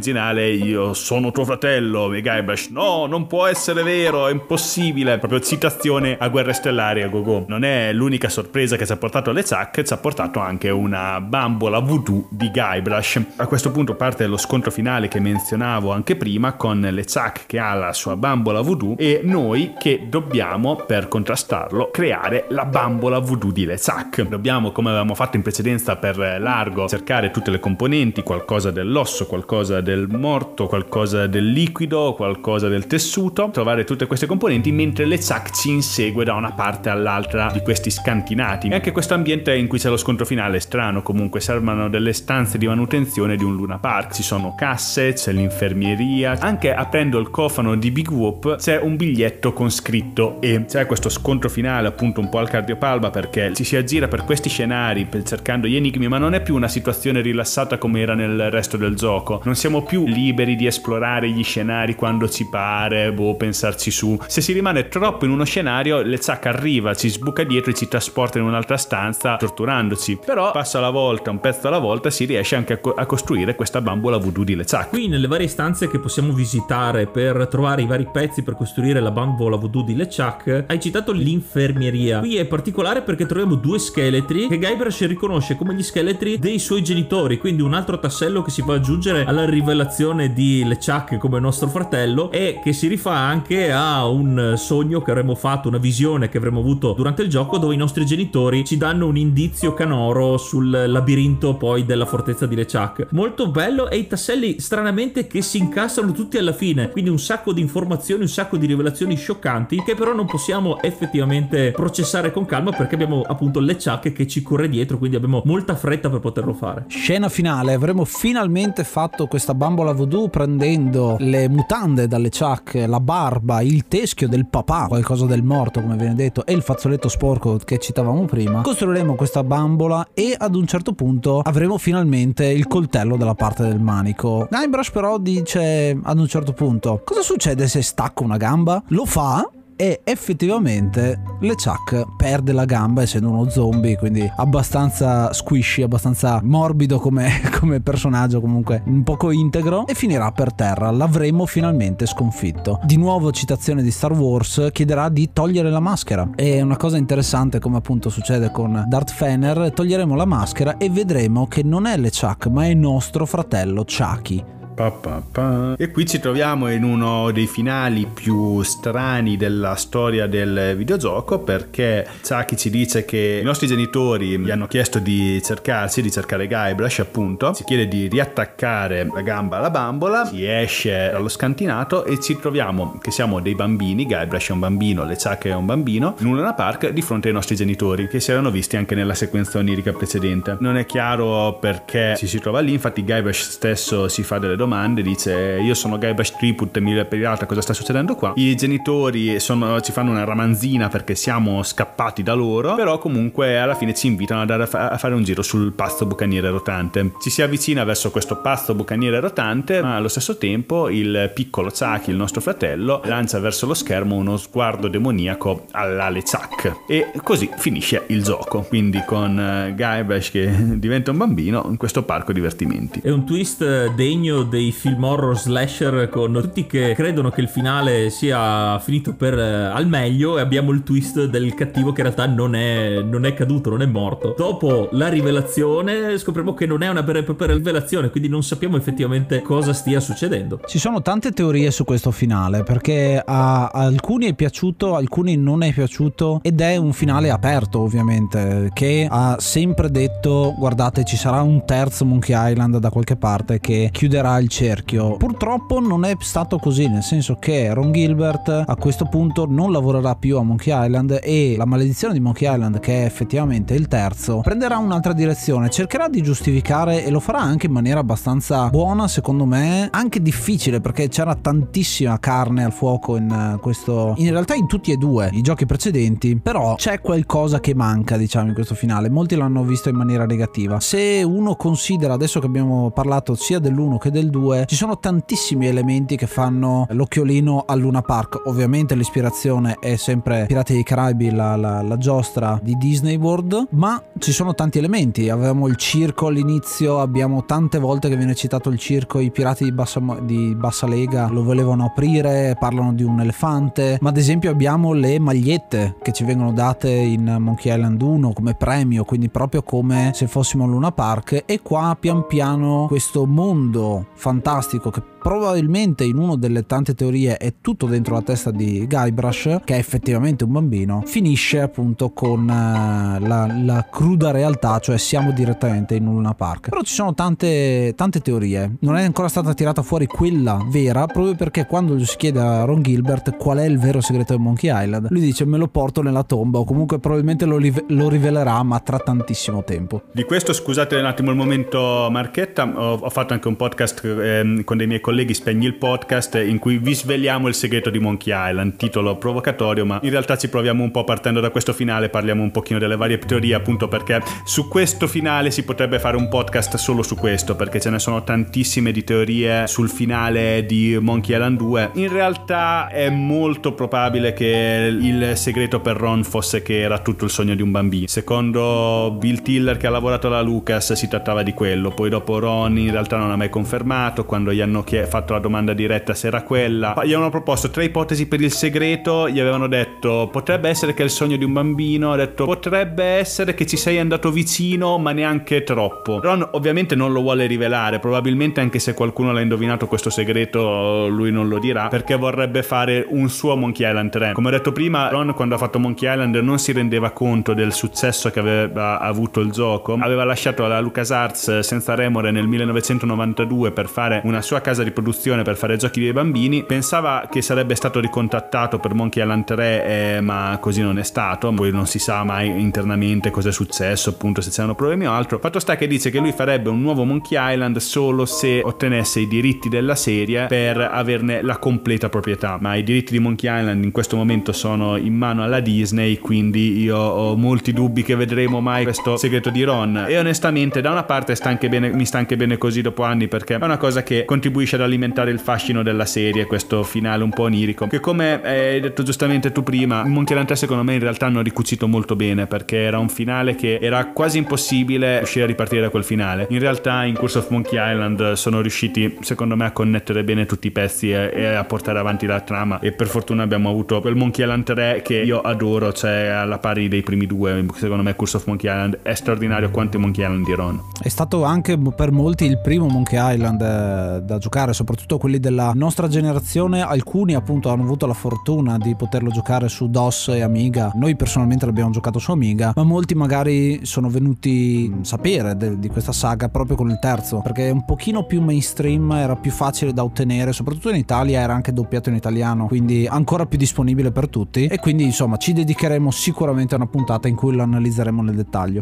io sono tuo fratello, e Guybrush no, non può essere vero, è impossibile, proprio citazione a Guerre Stellari a gogo. Non è l'unica sorpresa che ci ha portato LeChuck, ci ha portato anche una bambola voodoo di Guybrush. A questo punto parte lo scontro finale che menzionavo anche prima, con LeChuck che ha la sua bambola voodoo e noi che dobbiamo, per contrastarlo, creare la bambola voodoo di LeChuck. Dobbiamo, come avevamo fatto in precedenza per Largo, cercare tutte le componenti, qualcosa dell'osso, qualcosa del morto, qualcosa del liquido, qualcosa del tessuto, trovare tutte queste componenti mentre LeChuck ci insegue da una parte all'altra di questi scantinati. E anche questo ambiente in cui c'è lo scontro finale è strano, comunque servono delle stanze di manutenzione di un Luna Park, ci sono casse, c'è l'infermieria, anche aprendo il cofano di Big Whoop c'è un biglietto con scritto E. C'è questo scontro finale appunto un po' al cardiopalma, perché ci si aggira per questi scenari per cercando gli enigmi, ma non è più una situazione rilassata come era nel resto del gioco. Non siamo più liberi di esplorare gli scenari quando ci pare, boh, pensarci su. Se si rimane troppo in uno scenario, LeChuck arriva, ci sbuca dietro e ci trasporta in un'altra stanza torturandoci. Però passo alla volta, un pezzo alla volta, si riesce anche a, co- a costruire questa bambola voodoo di LeChuck. Qui nelle varie stanze che possiamo visitare per trovare i vari pezzi per costruire la bambola voodoo di LeChuck, hai citato l'infermieria. Qui è particolare perché troviamo due scheletri che Guybrush riconosce come gli scheletri dei suoi genitori, quindi un altro tassello che si va ad aggiungere alla rivelazione di LeChuck come nostro fratello, e che si rifà anche a un sogno che avremmo fatto, una visione che avremmo avuto durante il gioco, dove i nostri genitori ci danno un indizio canoro sul labirinto poi della fortezza di LeChuck. Molto bello, e i tasselli stranamente che si incastrano tutti alla fine, quindi un sacco di informazioni, un sacco di rivelazioni scioccanti che però non possiamo effettivamente processare con calma perché abbiamo appunto LeChuck che ci corre dietro, quindi abbiamo molta fretta per poterlo fare. Scena finale, avremo finalmente fatto questa bambola voodoo prendendo le mutande da LeChuck, la barba, il teschio del papà, qualcosa del morto come viene detto, e il fazzoletto sporco che citavamo prima. Costruiremo questa bambola e ad un certo punto avremo finalmente il coltello dalla parte del manico. Guybrush però dice ad un certo punto: cosa succede se stacco una gamba? Lo fa e effettivamente LeChuck perde la gamba, essendo uno zombie, quindi abbastanza squishy, abbastanza morbido come, come personaggio, comunque un poco integro, e finirà per terra. L'avremo finalmente sconfitto. Di nuovo citazione di Star Wars, chiederà di togliere la maschera. È una cosa interessante, come appunto succede con Darth Fener, toglieremo la maschera e vedremo che non è LeChuck ma è nostro fratello Chucky. Pa, pa, pa. E qui ci troviamo in uno dei finali più strani della storia del videogioco, perché Chucky ci dice che i nostri genitori gli hanno chiesto di cercarsi, di cercare Guybrush appunto, ci chiede di riattaccare la gamba alla bambola, si esce dallo scantinato e ci troviamo che siamo dei bambini, Guybrush è un bambino, LeChuck è un bambino, in un Luna Park di fronte ai nostri genitori, che si erano visti anche nella sequenza onirica precedente. Non è chiaro perché ci si trova lì, infatti Guybrush stesso si fa delle domande domande, dice: io sono Guybrush Threepwood, mille pirata, cosa sta succedendo qua? I genitori sono, ci fanno una ramanzina perché siamo scappati da loro, però comunque alla fine ci invitano ad andare a, a fare un giro sul pasto bucaniere rotante. Ci si avvicina verso questo pasto bucaniere rotante, ma allo stesso tempo il piccolo Chucky, il nostro fratello, lancia verso lo schermo uno sguardo demoniaco alla LeChuck, e così finisce il gioco, quindi con Guybrush che diventa un bambino in questo parco divertimenti. È un twist degno dei film horror slasher, con tutti che credono che il finale sia finito per al meglio, e abbiamo il twist del cattivo che in realtà non è, non è caduto, non è morto. Dopo la rivelazione scopriamo che non è una vera e propria rivelazione, quindi non sappiamo effettivamente cosa stia succedendo. Ci sono tante teorie su questo finale, perché a, a alcuni è piaciuto, a alcuni non è piaciuto, ed è un finale aperto ovviamente, che ha sempre detto: guardate, ci sarà un terzo Monkey Island da qualche parte che chiuderà il cerchio. Purtroppo non è stato così, nel senso che Ron Gilbert a questo punto non lavorerà più a Monkey Island, e la maledizione di Monkey Island, che è effettivamente il terzo, prenderà un'altra direzione, cercherà di giustificare, e lo farà anche in maniera abbastanza buona secondo me, anche difficile perché c'era tantissima carne al fuoco in questo, in realtà in tutti e due i giochi precedenti, però c'è qualcosa che manca, diciamo, in questo finale. Molti l'hanno visto in maniera negativa. Se uno considera, adesso che abbiamo parlato sia dell'uno che del due, due ci sono tantissimi elementi che fanno l'occhiolino al Luna Park. Ovviamente l'ispirazione è sempre Pirati dei Caraibi, la, la, la giostra di Disney World, ma ci sono tanti elementi. Avevamo il circo all'inizio, abbiamo tante volte che viene citato il circo, i pirati di bassa, di bassa lega lo volevano aprire, parlano di un elefante, ma ad esempio abbiamo le magliette che ci vengono date in Monkey Island uno come premio, quindi proprio come se fossimo a Luna Park. E qua pian piano questo mondo fantastico, che probabilmente in una delle tante teorie è tutto dentro la testa di Guybrush, che è effettivamente un bambino, finisce appunto con uh, la, la cruda realtà, cioè siamo direttamente in un Luna Park. Però ci sono tante, tante teorie, non è ancora stata tirata fuori quella vera, proprio perché quando si chiede a Ron Gilbert qual è il vero segreto di Monkey Island, lui dice me lo porto nella tomba, o comunque probabilmente lo, lo rivelerà, ma tra tantissimo tempo. Di questo scusate un attimo il momento marchetta, ho, ho fatto anche un podcast eh, con dei miei colleghi, Spegni il podcast, in cui vi sveliamo il segreto di Monkey Island, titolo provocatorio, ma in realtà ci proviamo un po' partendo da questo finale, parliamo un pochino delle varie teorie, appunto perché su questo finale si potrebbe fare un podcast solo su questo, perché ce ne sono tantissime di teorie sul finale di Monkey Island due. In realtà è molto probabile che il segreto per Ron fosse che era tutto il sogno di un bambino. Secondo Bill Tiller, che ha lavorato alla Lucas, si trattava di quello. Poi dopo Ron in realtà non ha mai confermato, quando gli hanno fatto la domanda diretta se era quella. Gli avevano proposto tre ipotesi per il segreto, gli avevano detto potrebbe essere che è il sogno di un bambino, ha detto potrebbe essere che ci sei andato vicino ma neanche troppo. Ron ovviamente non lo vuole rivelare, probabilmente anche se qualcuno l'ha indovinato questo segreto lui non lo dirà, perché vorrebbe fare un suo Monkey Island tre. Come ho detto prima, Ron quando ha fatto Monkey Island non si rendeva conto del successo che aveva avuto il gioco, aveva lasciato la LucasArts senza remore nel millenovecentonovantadue per fare una sua casa di produzione per fare giochi dei bambini, pensava che sarebbe stato ricontattato per Monkey Island tre, eh, ma così non è stato. Poi non si sa mai internamente cosa è successo, appunto se c'erano problemi o altro. Fatto sta che dice che lui farebbe un nuovo Monkey Island solo se ottenesse i diritti della serie per averne la completa proprietà, ma i diritti di Monkey Island in questo momento sono in mano alla Disney, quindi io ho molti dubbi che vedremo mai questo segreto di Ron. E onestamente da una parte sta anche bene, mi sta anche bene così dopo anni, perché è una cosa che contribuisce ad alimentare il fascino della serie, questo finale un po' onirico, che come hai detto giustamente tu prima, Monkey Island tre secondo me in realtà hanno ricucito molto bene, perché era un finale che era quasi impossibile riuscire a ripartire da quel finale. In realtà in Curse of Monkey Island sono riusciti secondo me a connettere bene tutti i pezzi e, e a portare avanti la trama, e per fortuna abbiamo avuto quel Monkey Island tre che io adoro, cioè alla pari dei primi due. Secondo me Curse of Monkey Island è straordinario quanto i Monkey Island di Ron. È stato anche per molti il primo Monkey Island eh, da giocare, soprattutto quelli della nostra generazione. Alcuni appunto hanno avuto la fortuna di poterlo giocare su DOS e Amiga, noi personalmente l'abbiamo giocato su Amiga, ma molti magari sono venuti a sapere de- di questa saga proprio con il terzo, perché è un pochino più mainstream, era più facile da ottenere, soprattutto in Italia era anche doppiato in italiano, quindi ancora più disponibile per tutti. E quindi insomma ci dedicheremo sicuramente a una puntata in cui lo analizzeremo nel dettaglio.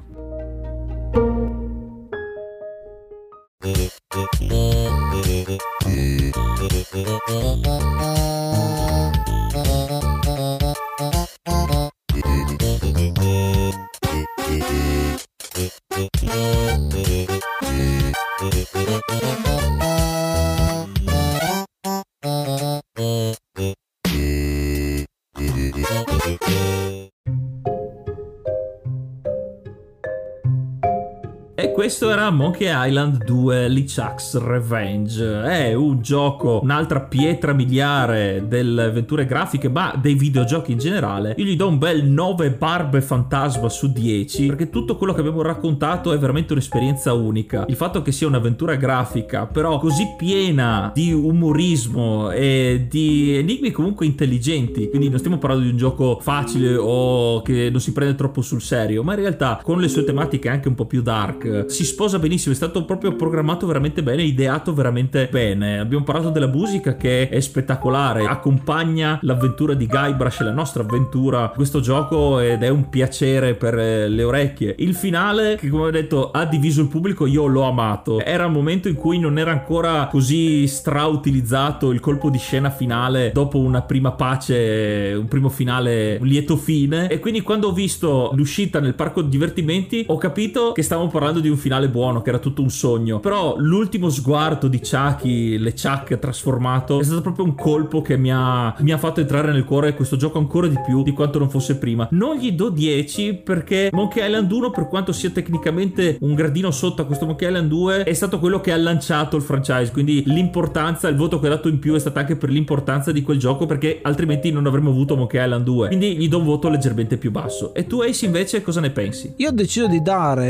E questo era Monkey Island due LeChuck's Revenge. È un gioco, un'altra pietra miliare delle avventure grafiche, ma dei videogiochi in generale. Io gli do un bel nove barbe fantasma su dieci, perché tutto quello che abbiamo raccontato è veramente un'esperienza unica. Il fatto che sia un'avventura grafica, però così piena di umorismo e di enigmi comunque intelligenti, quindi non stiamo parlando di un gioco facile o che non si prende troppo sul serio, ma in realtà con le sue tematiche anche un po' più dark si sposa benissimo. È stato proprio programmato veramente bene, ideato veramente bene. Abbiamo parlato della musica che è spettacolare, accompagna l'avventura di Guybrush e la nostra avventura questo gioco, ed è un piacere per le orecchie. Il finale, che come ho detto ha diviso il pubblico, io l'ho amato. Era un momento in cui non era ancora così strautilizzato il colpo di scena finale dopo una prima pace, un primo finale, un lieto fine, e quindi quando ho visto l'uscita nel parco divertimenti ho capito che stavamo parlando di un finale buono, che era tutto un sogno, però l'ultimo sguardo di Chucky, le Chuck trasformato, è stato proprio un colpo che mi ha, mi ha fatto entrare nel cuore questo gioco ancora di più di quanto non fosse prima. Non gli do dieci perché Monkey Island uno, per quanto sia tecnicamente un gradino sotto a questo Monkey Island due, è stato quello che ha lanciato il franchise, quindi l'importanza, il voto che ha dato in più è stata anche per l'importanza di quel gioco, perché altrimenti non avremmo avuto Monkey Island due, quindi gli do un voto leggermente più basso. E tu, Ace, invece cosa ne pensi? Io ho deciso di dare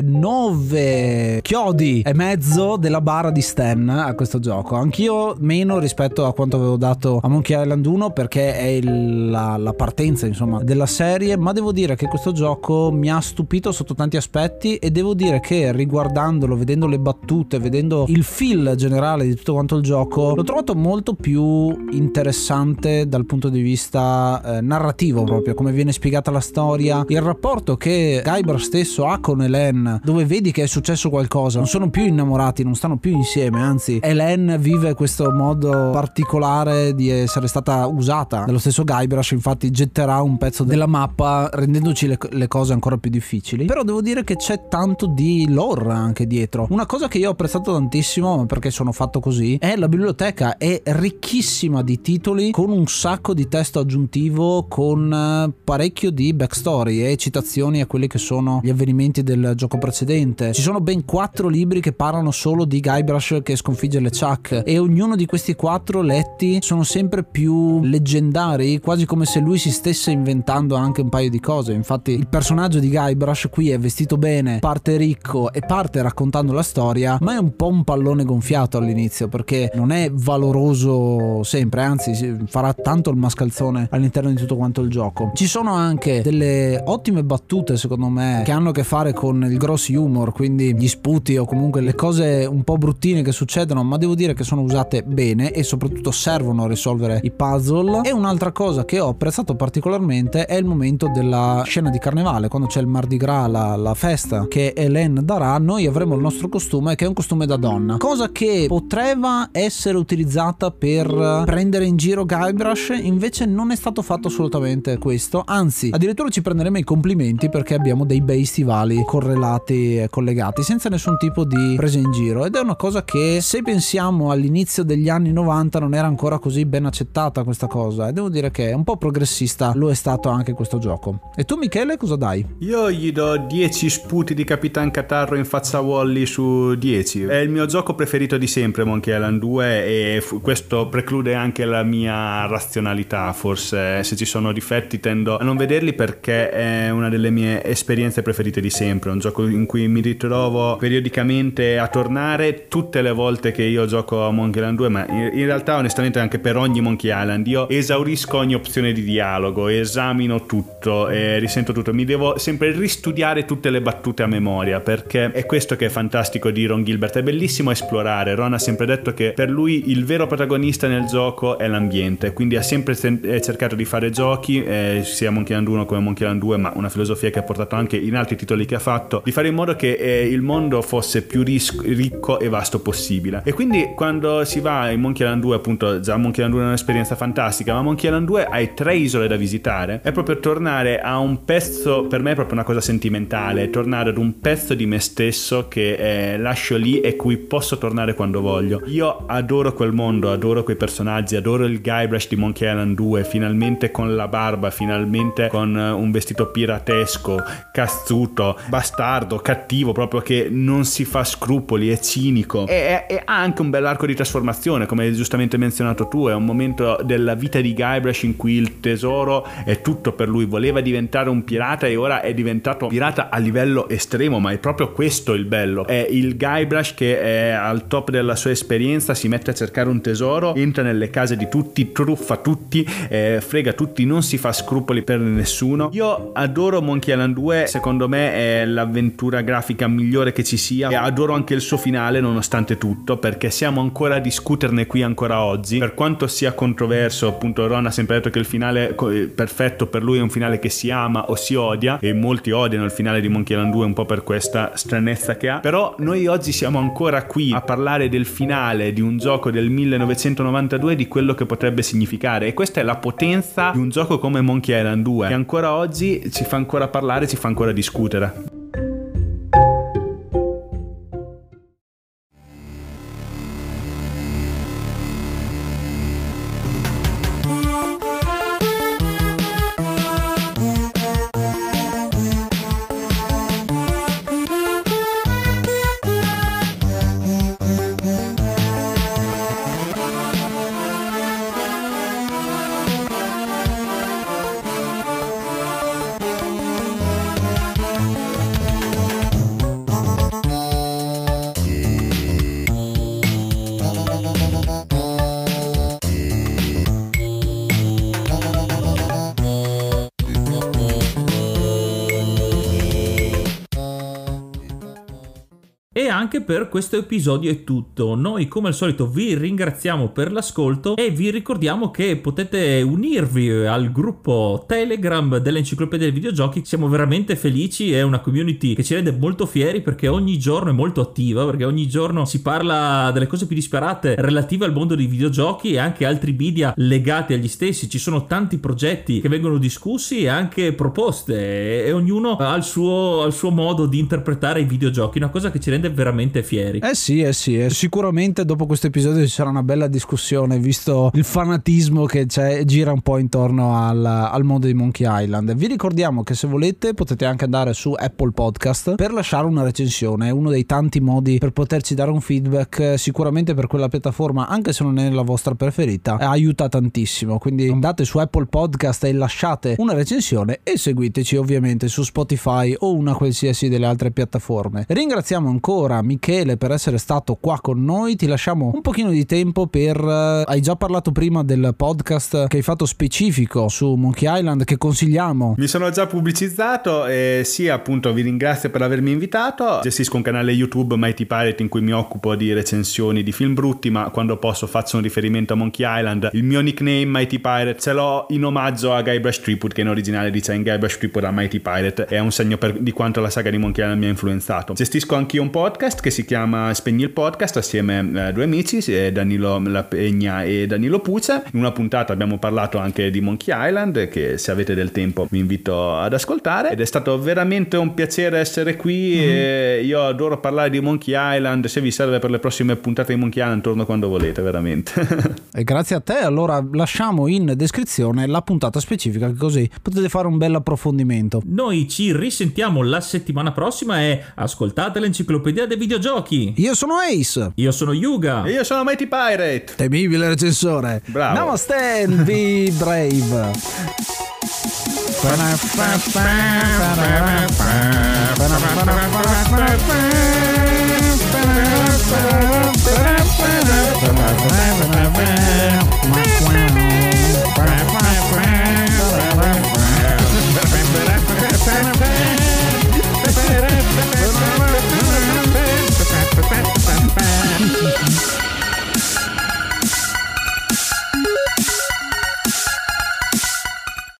nove chiodi e mezzo della bara di Stan a questo gioco, anch'io meno rispetto a quanto avevo dato a Monkey Island uno, perché è il, la, la partenza insomma della serie, ma devo dire che questo gioco mi ha stupito sotto tanti aspetti, e devo dire che riguardandolo, vedendo le battute, vedendo il feel generale di tutto quanto il gioco, l'ho trovato molto più interessante dal punto di vista eh, narrativo, proprio come viene spiegata la storia, il rapporto che Guybrush stesso ha con Elaine, dove vedi che è successo qualcosa, non sono più innamorati, non stanno più insieme, anzi Elaine vive questo modo particolare di essere stata usata dallo stesso Guybrush, infatti getterà un pezzo della mappa rendendoci le, le cose ancora più difficili. Però devo dire che c'è tanto di lore anche dietro. Una cosa che io ho apprezzato tantissimo, perché sono fatto così, è la biblioteca, è ricchissima di titoli con un sacco di testo aggiuntivo, con parecchio di backstory e citazioni a quelli che sono gli avvenimenti del gioco precedente. Ci sono ben quattro libri che parlano solo di Guybrush che sconfigge le Chuck, e ognuno di questi quattro letti sono sempre più leggendari, quasi come se lui si stesse inventando anche un paio di cose. Infatti il personaggio di Guybrush qui è vestito bene, parte ricco e parte raccontando la storia, ma è un po' un pallone gonfiato all'inizio, perché non è valoroso sempre, anzi farà tanto il mascalzone all'interno di tutto quanto il gioco. Ci sono anche delle ottime battute secondo me che hanno a che fare con il gross humor, quindi gli sputi o comunque le cose un po' bruttine che succedono, ma devo dire che sono usate bene e soprattutto servono a risolvere i puzzle. E un'altra cosa che ho apprezzato particolarmente è il momento della scena di carnevale, quando c'è il Mardi Gras, la, la festa che Elaine darà. Noi avremo il nostro costume, che è un costume da donna, cosa che poteva essere utilizzata per prendere in giro Guybrush, invece non è stato fatto assolutamente questo, anzi addirittura ci prenderemo i complimenti perché abbiamo dei bei stivali correlati e collegati senza nessun tipo di presa in giro, ed è una cosa che, se pensiamo all'inizio degli anni novanta, non era ancora così ben accettata questa cosa, e devo dire che è un po' progressista, lo è stato anche questo gioco. E tu, Michele, cosa dai? Io gli do dieci sputi di Capitan Catarro in faccia a Wally su dieci. È il mio gioco preferito di sempre, Monkey Island due, e f- questo preclude anche la mia razionalità. Forse se ci sono difetti tendo a non vederli, perché è una delle mie esperienze preferite di sempre, un gioco in cui mi ritrovo periodicamente a tornare tutte le volte che io gioco a Monkey Island due, ma in, in realtà onestamente anche per ogni Monkey Island io esaurisco ogni opzione di dialogo, esamino tutto e risento tutto, mi devo sempre ristudiare tutte le battute a memoria, perché è questo che è fantastico di Ron Gilbert, è bellissimo esplorare. Ron ha sempre detto che per lui il vero protagonista nel gioco è l'ambiente, quindi ha sempre cercato di fare giochi, eh, sia Monkey Island uno come Monkey Island due, ma una filosofia che ha portato anche in altri titoli che ha fatto, di fare in modo che eh, il mondo fosse più ris- ricco e vasto possibile. E quindi quando si va in Monkey Island due, appunto, già Monkey Island due è un'esperienza fantastica, ma Monkey Island due hai tre isole da visitare, è proprio tornare a un pezzo, per me è proprio una cosa sentimentale, tornare ad un pezzo di me stesso che eh, lascio lì e cui posso tornare quando voglio. Io adoro quel mondo, adoro quei personaggi, adoro il Guybrush di Monkey Island due, finalmente con la barba, finalmente con un vestito piratesco, cazzuto, bastardo, cattivo, proprio che non si fa scrupoli, è cinico, e, e ha anche un bell'arco di trasformazione, come hai giustamente menzionato tu. È un momento della vita di Guybrush in cui il tesoro è tutto per lui, voleva diventare un pirata e ora è diventato pirata a livello estremo, ma è proprio questo il bello, è il Guybrush che è al top della sua esperienza, si mette a cercare un tesoro, entra nelle case di tutti, truffa tutti, eh, frega tutti, non si fa scrupoli per nessuno. Io adoro Monkey Island due, secondo me è l'avventura grafica migliore che ci sia, e adoro anche il suo finale nonostante tutto, perché siamo ancora a discuterne qui ancora oggi, per quanto sia controverso. Appunto Ron ha sempre detto che il finale perfetto per lui è un finale che si ama o si odia, e molti odiano il finale di Monkey Island due un po' per questa stranezza che ha, però noi oggi siamo ancora qui a parlare del finale di un gioco del millenovecentonovantadue, di quello che potrebbe significare, e questa è la potenza di un gioco come Monkey Island due, che ancora oggi ci fa ancora parlare, ci fa ancora discutere. E anche per questo episodio è tutto. Noi come al solito vi ringraziamo per l'ascolto e vi ricordiamo che potete unirvi al gruppo Telegram dell'Enciclopedia dei Videogiochi. Siamo veramente felici, è una community che ci rende molto fieri perché ogni giorno è molto attiva, perché ogni giorno si parla delle cose più disparate relative al mondo dei videogiochi e anche altri media legati agli stessi. Ci sono tanti progetti che vengono discussi e anche proposte e ognuno ha il suo, ha il suo modo di interpretare i videogiochi, una cosa che ci rende veramente fieri. Eh sì, eh sì, eh. Sicuramente dopo questo episodio ci sarà una bella discussione, visto il fanatismo che c'è, gira un po' intorno al, al mondo di Monkey Island. Vi ricordiamo che se volete potete anche andare su Apple Podcast per lasciare una recensione, è uno dei tanti modi per poterci dare un feedback. Sicuramente per quella piattaforma, anche se non è la vostra preferita, aiuta tantissimo, quindi andate su Apple Podcast e lasciate una recensione e seguiteci ovviamente su Spotify o una qualsiasi delle altre piattaforme. Ringraziamo ancora Michele per essere stato qua con noi, ti lasciamo un pochino di tempo per uh, hai già parlato prima del podcast che hai fatto specifico su Monkey Island che consigliamo. Mi sono già pubblicizzato e sì, appunto vi ringrazio per avermi invitato. Gestisco un canale YouTube Mighty Pirate in cui mi occupo di recensioni di film brutti, ma quando posso faccio un riferimento a Monkey Island. Il mio nickname Mighty Pirate ce l'ho in omaggio a Guybrush Threepwood, che in originale dice in Guybrush Threepwood a Mighty Pirate, è un segno per, di quanto la saga di Monkey Island mi ha influenzato. Gestisco anch'io un podcast che si chiama Spegni il Podcast assieme a due amici, Danilo La Pegna e Danilo Puccia. In una puntata abbiamo parlato anche di Monkey Island, che se avete del tempo vi invito ad ascoltare, ed è stato veramente un piacere essere qui. Mm-hmm. E io adoro parlare di Monkey Island, se vi serve per le prossime puntate di Monkey Island torno quando volete, veramente. E grazie a te. Allora lasciamo in descrizione la puntata specifica, così potete fare un bel approfondimento. Noi ci risentiamo la settimana prossima e ascoltate l'Enciclopedia dei Videogiochi. Io sono Ace. Io sono Yuga. E io sono Mighty Pirate. Temibile recensore. Bravo. Namaste, be brave.